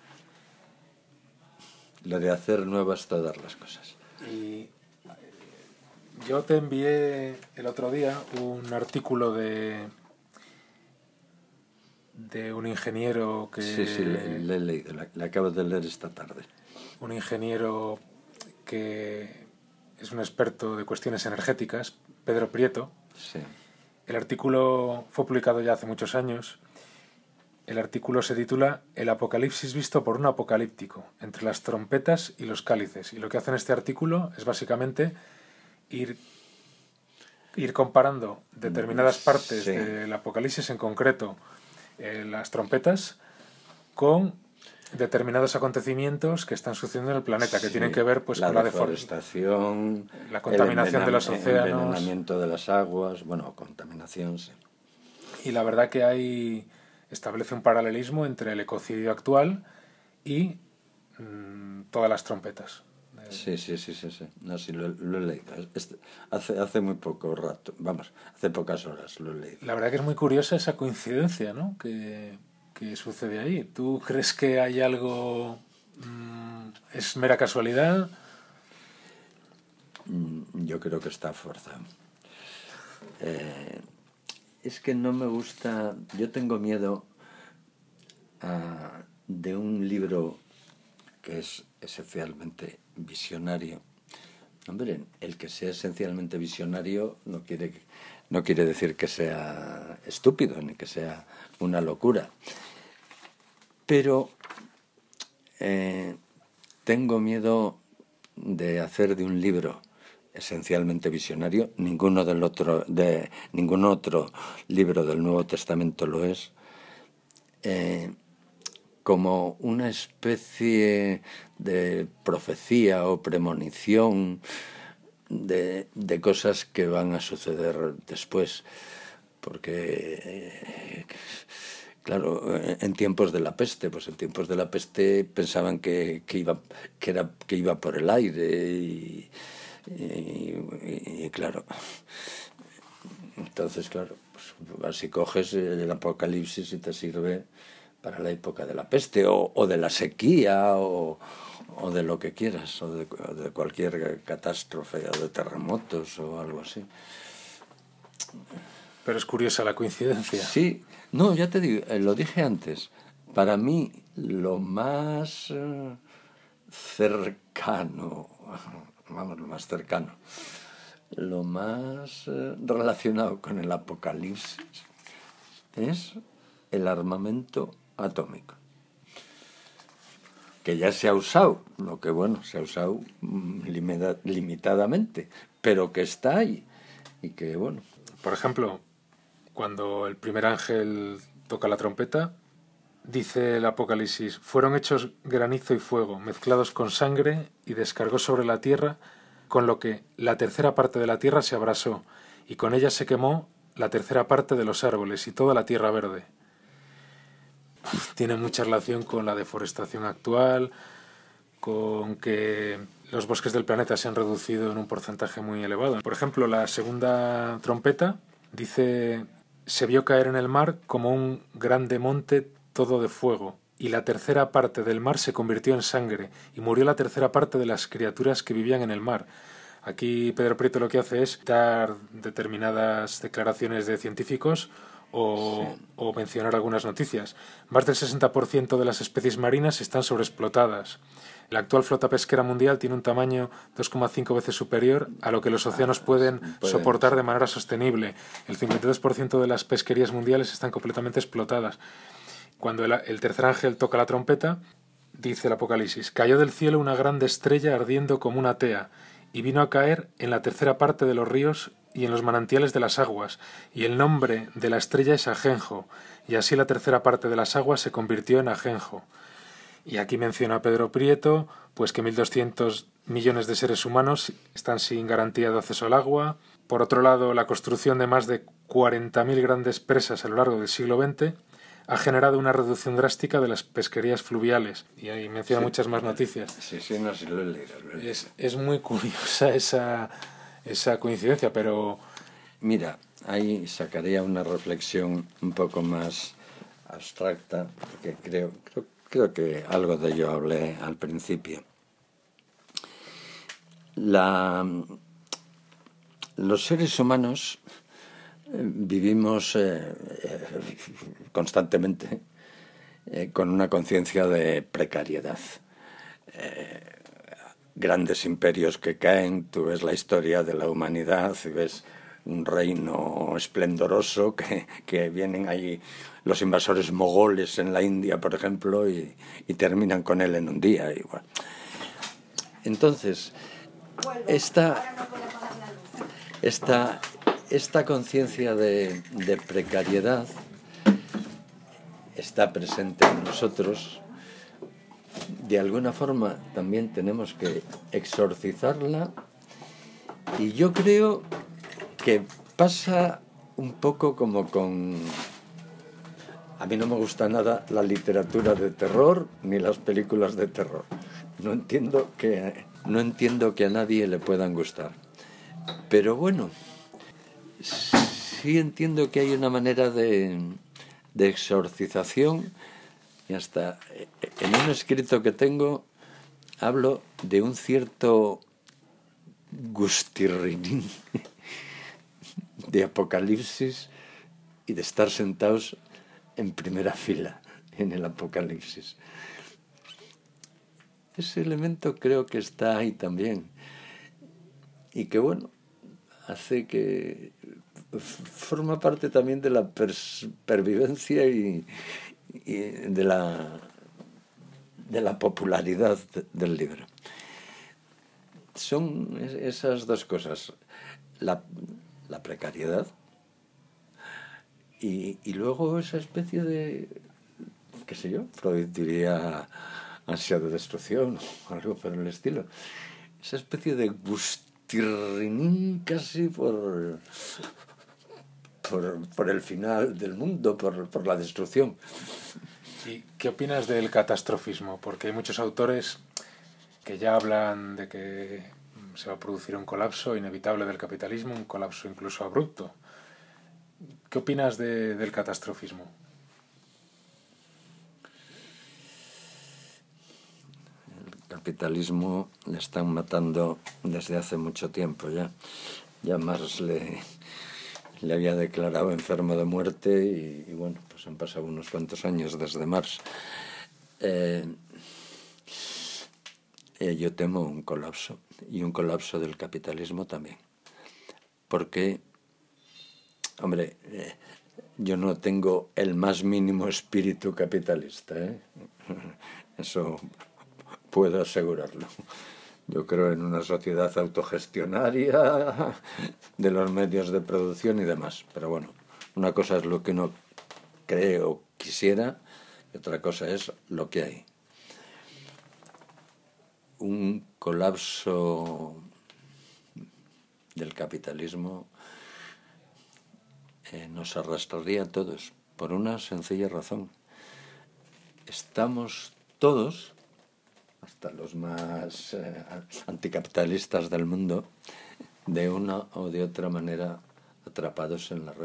Lo de hacer nuevas todas las cosas. Y yo te envié el otro día un artículo de un ingeniero que... Sí, le he leído, le acabo de leer esta tarde. Un ingeniero que es un experto de cuestiones energéticas, Pedro Prieto. Sí. El artículo fue publicado ya hace muchos años. El artículo se titula El Apocalipsis visto por un apocalíptico, entre las trompetas y los cálices. Y lo que hace en este artículo es básicamente ir comparando determinadas partes del Apocalipsis, en concreto las trompetas, con determinados acontecimientos que están sucediendo en el planeta, que tienen que ver pues con la deforestación, la contaminación de los océanos, el envenenamiento de las aguas, bueno, contaminación, sí. Y la verdad que establece un paralelismo entre el ecocidio actual y todas las trompetas. Sí. No, sí, lo he leído. Hace muy poco rato, hace pocas horas lo he leído. La verdad que es muy curiosa esa coincidencia, ¿no?, que sucede ahí. ¿Tú crees que hay algo... es mera casualidad? Yo creo que está forzado. Es que no me gusta... Yo tengo miedo de un libro que es esencialmente visionario. Hombre, el que sea esencialmente visionario no quiere decir que sea estúpido ni que sea una locura. Pero tengo miedo de hacer de un libro esencialmente visionario, ningún otro libro del Nuevo Testamento lo es, como una especie de profecía o premonición de cosas que van a suceder después, porque claro, en tiempos de la peste, pues en tiempos de la peste pensaban que iba por el aire y claro, entonces claro, pues así coges el Apocalipsis y te sirve para la época de la peste o de la sequía o de lo que quieras, o de cualquier catástrofe o de terremotos o algo así. Pero es curiosa la coincidencia. Sí, no, ya te digo, lo dije antes, para mí lo más cercano, vamos, lo más relacionado con el Apocalipsis es el armamento atómico, que ya se ha usado, lo que bueno, se ha usado limitadamente, pero que está ahí y que bueno. Por ejemplo, cuando el primer ángel toca la trompeta, dice el Apocalipsis: fueron hechos granizo y fuego, mezclados con sangre, y descargó sobre la tierra, con lo que la tercera parte de la tierra se abrasó, y con ella se quemó la tercera parte de los árboles y toda la tierra verde. Tiene mucha relación con la deforestación actual, con que los bosques del planeta se han reducido en un porcentaje muy elevado. Por ejemplo, la segunda trompeta dice: se vio caer en el mar como un grande monte todo de fuego, y la tercera parte del mar se convirtió en sangre, y murió la tercera parte de las criaturas que vivían en el mar. Aquí Pedro Prieto lo que hace es citar determinadas declaraciones de científicos o mencionar algunas noticias. Más del 60% de las especies marinas están sobreexplotadas. La actual flota pesquera mundial tiene un tamaño 2,5 veces superior a lo que los océanos pueden soportar de manera sostenible. El 52% de las pesquerías mundiales están completamente explotadas. Cuando el tercer ángel toca la trompeta, dice el Apocalipsis: cayó del cielo una grande estrella ardiendo como una tea, y vino a caer en la tercera parte de los ríos y en los manantiales de las aguas, y el nombre de la estrella es Ajenjo, y así la tercera parte de las aguas se convirtió en Ajenjo. Y aquí menciona a Pedro Prieto, pues que 1.200 millones de seres humanos están sin garantía de acceso al agua. Por otro lado, la construcción de más de 40.000 grandes presas a lo largo del siglo XX ha generado una reducción drástica de las pesquerías fluviales. Y ahí menciona muchas más noticias. Sí, no, sí lo he leído. Es muy curiosa esa coincidencia, pero... Mira, ahí sacaría una reflexión un poco más abstracta, porque creo que algo de ello hablé al principio. Los seres humanos vivimos constantemente con una conciencia de precariedad. Grandes imperios que caen, tú ves la historia de la humanidad y ves un reino esplendoroso que vienen allí los invasores mogoles en la India, por ejemplo, y terminan con él en un día. Igual. Entonces, esta conciencia de precariedad está presente en nosotros. De alguna forma también tenemos que exorcizarla, y yo creo que pasa un poco como con... A mí no me gusta nada la literatura de terror ni las películas de terror. No entiendo que a nadie le puedan gustar. Pero bueno, sí entiendo que hay una manera de exorcización, y hasta en un escrito que tengo hablo de un cierto gustirrinín de Apocalipsis y de estar sentados en primera fila en el Apocalipsis. Ese elemento creo que está ahí también, y que bueno, hace que forma parte también de la pervivencia y de la popularidad del libro. Son esas dos cosas, la precariedad y luego esa especie de qué sé yo, Freud diría ansia de destrucción o algo por el estilo. Esa especie de gustirrinín casi por el final del mundo, por la destrucción. ¿Y qué opinas del catastrofismo? Porque hay muchos autores que ya hablan de que se va a producir un colapso inevitable del capitalismo, un colapso incluso abrupto. ¿Qué opinas del catastrofismo? El capitalismo le están matando desde hace mucho tiempo ya. Ya Marx le había declarado enfermo de muerte y bueno, pues han pasado unos cuantos años desde Marx. Yo temo un colapso, y un colapso del capitalismo también. Porque, hombre, yo no tengo el más mínimo espíritu capitalista, ¿eh? Eso puedo asegurarlo. Yo creo en una sociedad autogestionaria de los medios de producción y demás. Pero bueno, una cosa es lo que uno cree o quisiera y otra cosa es lo que hay. Un colapso del capitalismo nos arrastraría a todos por una sencilla razón. Estamos todos, hasta los más anticapitalistas del mundo, de una o de otra manera atrapados en la red.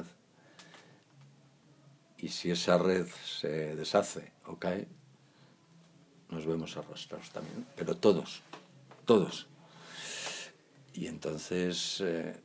Y si esa red se deshace o cae, nos vemos arrastrados también, pero todos. Y entonces,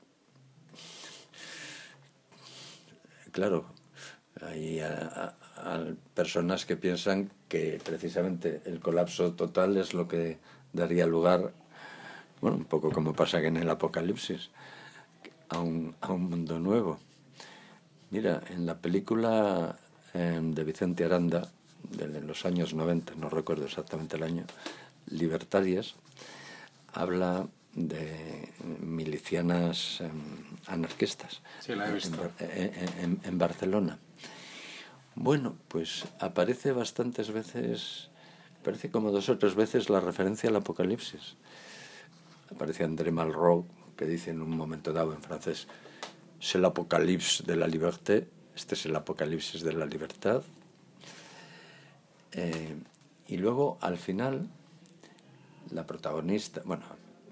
claro, hay personas que piensan que precisamente el colapso total es lo que daría lugar, bueno, un poco como pasa en el Apocalipsis, a un mundo nuevo. Mira, en la película de Vicente Aranda, de los años 90, no recuerdo exactamente el año, Libertarias, habla de milicianas anarquistas. Sí, la he visto. En Barcelona. Bueno, pues aparece bastantes veces, aparece como 2 o 3 veces la referencia al Apocalipsis. Aparece André Malraux, que dice en un momento dado en francés, c'est l'apocalypse de la liberté, este es el apocalipsis de la libertad. Y luego, al final, la protagonista, bueno,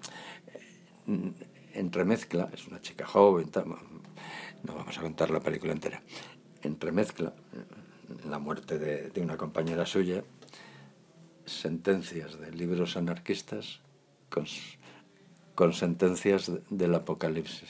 entremezcla, es una chica joven, no vamos a contar la película entera, entremezcla la muerte de una compañera suya, sentencias de libros anarquistas con sentencias del apocalipsis.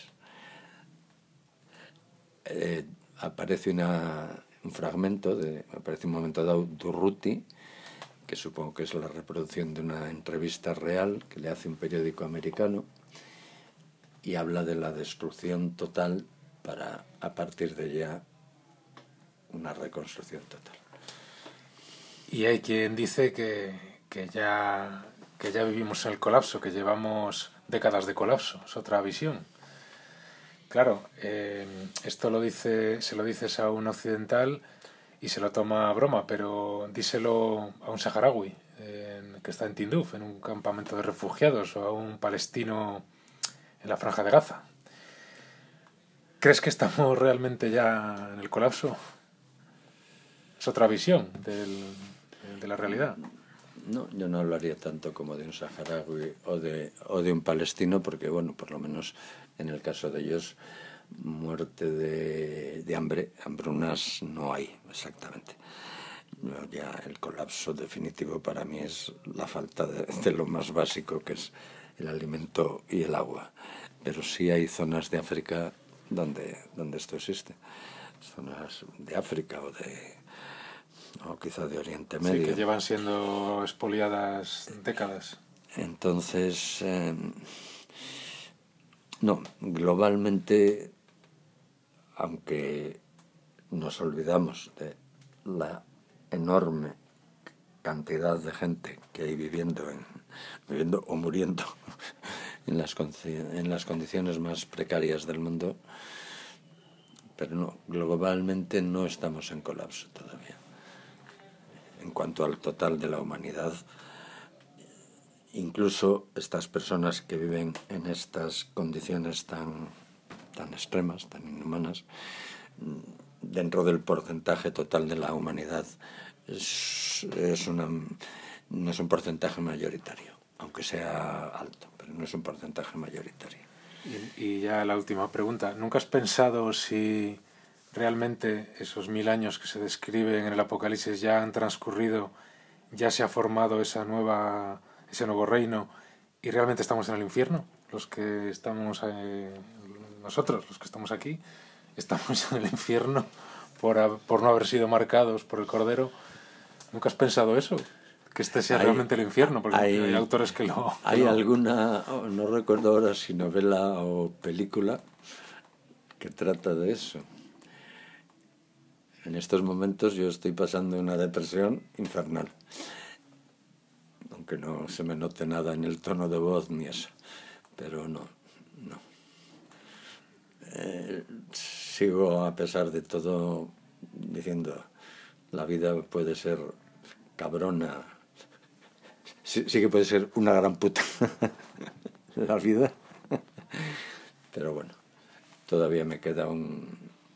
Aparece un fragmento, aparece un momento dado Durruti, que supongo que es la reproducción de una entrevista real que le hace un periódico americano, y habla de la destrucción total para, a partir de ya, una reconstrucción total. Y hay quien dice que ya vivimos en el colapso, que llevamos décadas de colapso. Es otra visión. Claro, esto se lo dices a un occidental y se lo toma a broma, pero díselo a un saharaui que está en Tinduf, en un campamento de refugiados, o a un palestino en la Franja de Gaza. ¿Crees que estamos realmente ya en el colapso? Es otra visión de la realidad. No, yo no hablaría tanto como de un saharaui o de un palestino, porque, bueno, por lo menos en el caso de ellos, muerte de hambre, hambrunas no hay exactamente. Ya el colapso definitivo para mí es la falta de lo más básico, que es el alimento y el agua. Pero sí hay zonas de África donde esto existe. Zonas de África o quizá de Oriente Medio. Sí, que llevan siendo expoliadas décadas. Entonces, no, globalmente, aunque nos olvidamos de la enorme cantidad de gente que hay viviendo o muriendo en las condiciones más precarias del mundo, pero no, globalmente no estamos en colapso todavía. en cuanto al total de la humanidad. Incluso estas personas que viven en estas condiciones tan extremas, tan inhumanas, dentro del porcentaje total de la humanidad, no es un porcentaje mayoritario, aunque sea alto, pero no es un porcentaje mayoritario. Y ya la última pregunta. ¿Nunca has pensado si realmente esos 1000 años que se describen en el Apocalipsis ya han transcurrido, ya se ha formado ese nuevo reino y realmente estamos en el infierno? Los que estamos, nosotros, los que estamos aquí, estamos en el infierno por no haber sido marcados por el Cordero. ¿Nunca has pensado eso? Que este sea realmente el infierno, porque hay autores que lo... Hay alguna, no recuerdo ahora si novela o película, que trata de eso. En estos momentos yo estoy pasando una depresión infernal, aunque no se me note nada en el tono de voz ni eso, pero no. Sigo, a pesar de todo, diciendo, la vida puede ser cabrona, sí que puede ser una gran puta la vida, pero bueno, todavía me queda un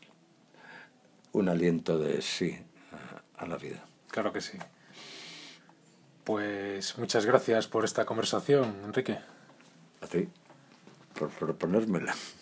aliento de sí a la vida. Claro que sí. Pues muchas gracias por esta conversación, Enrique. A ti, por proponérmela.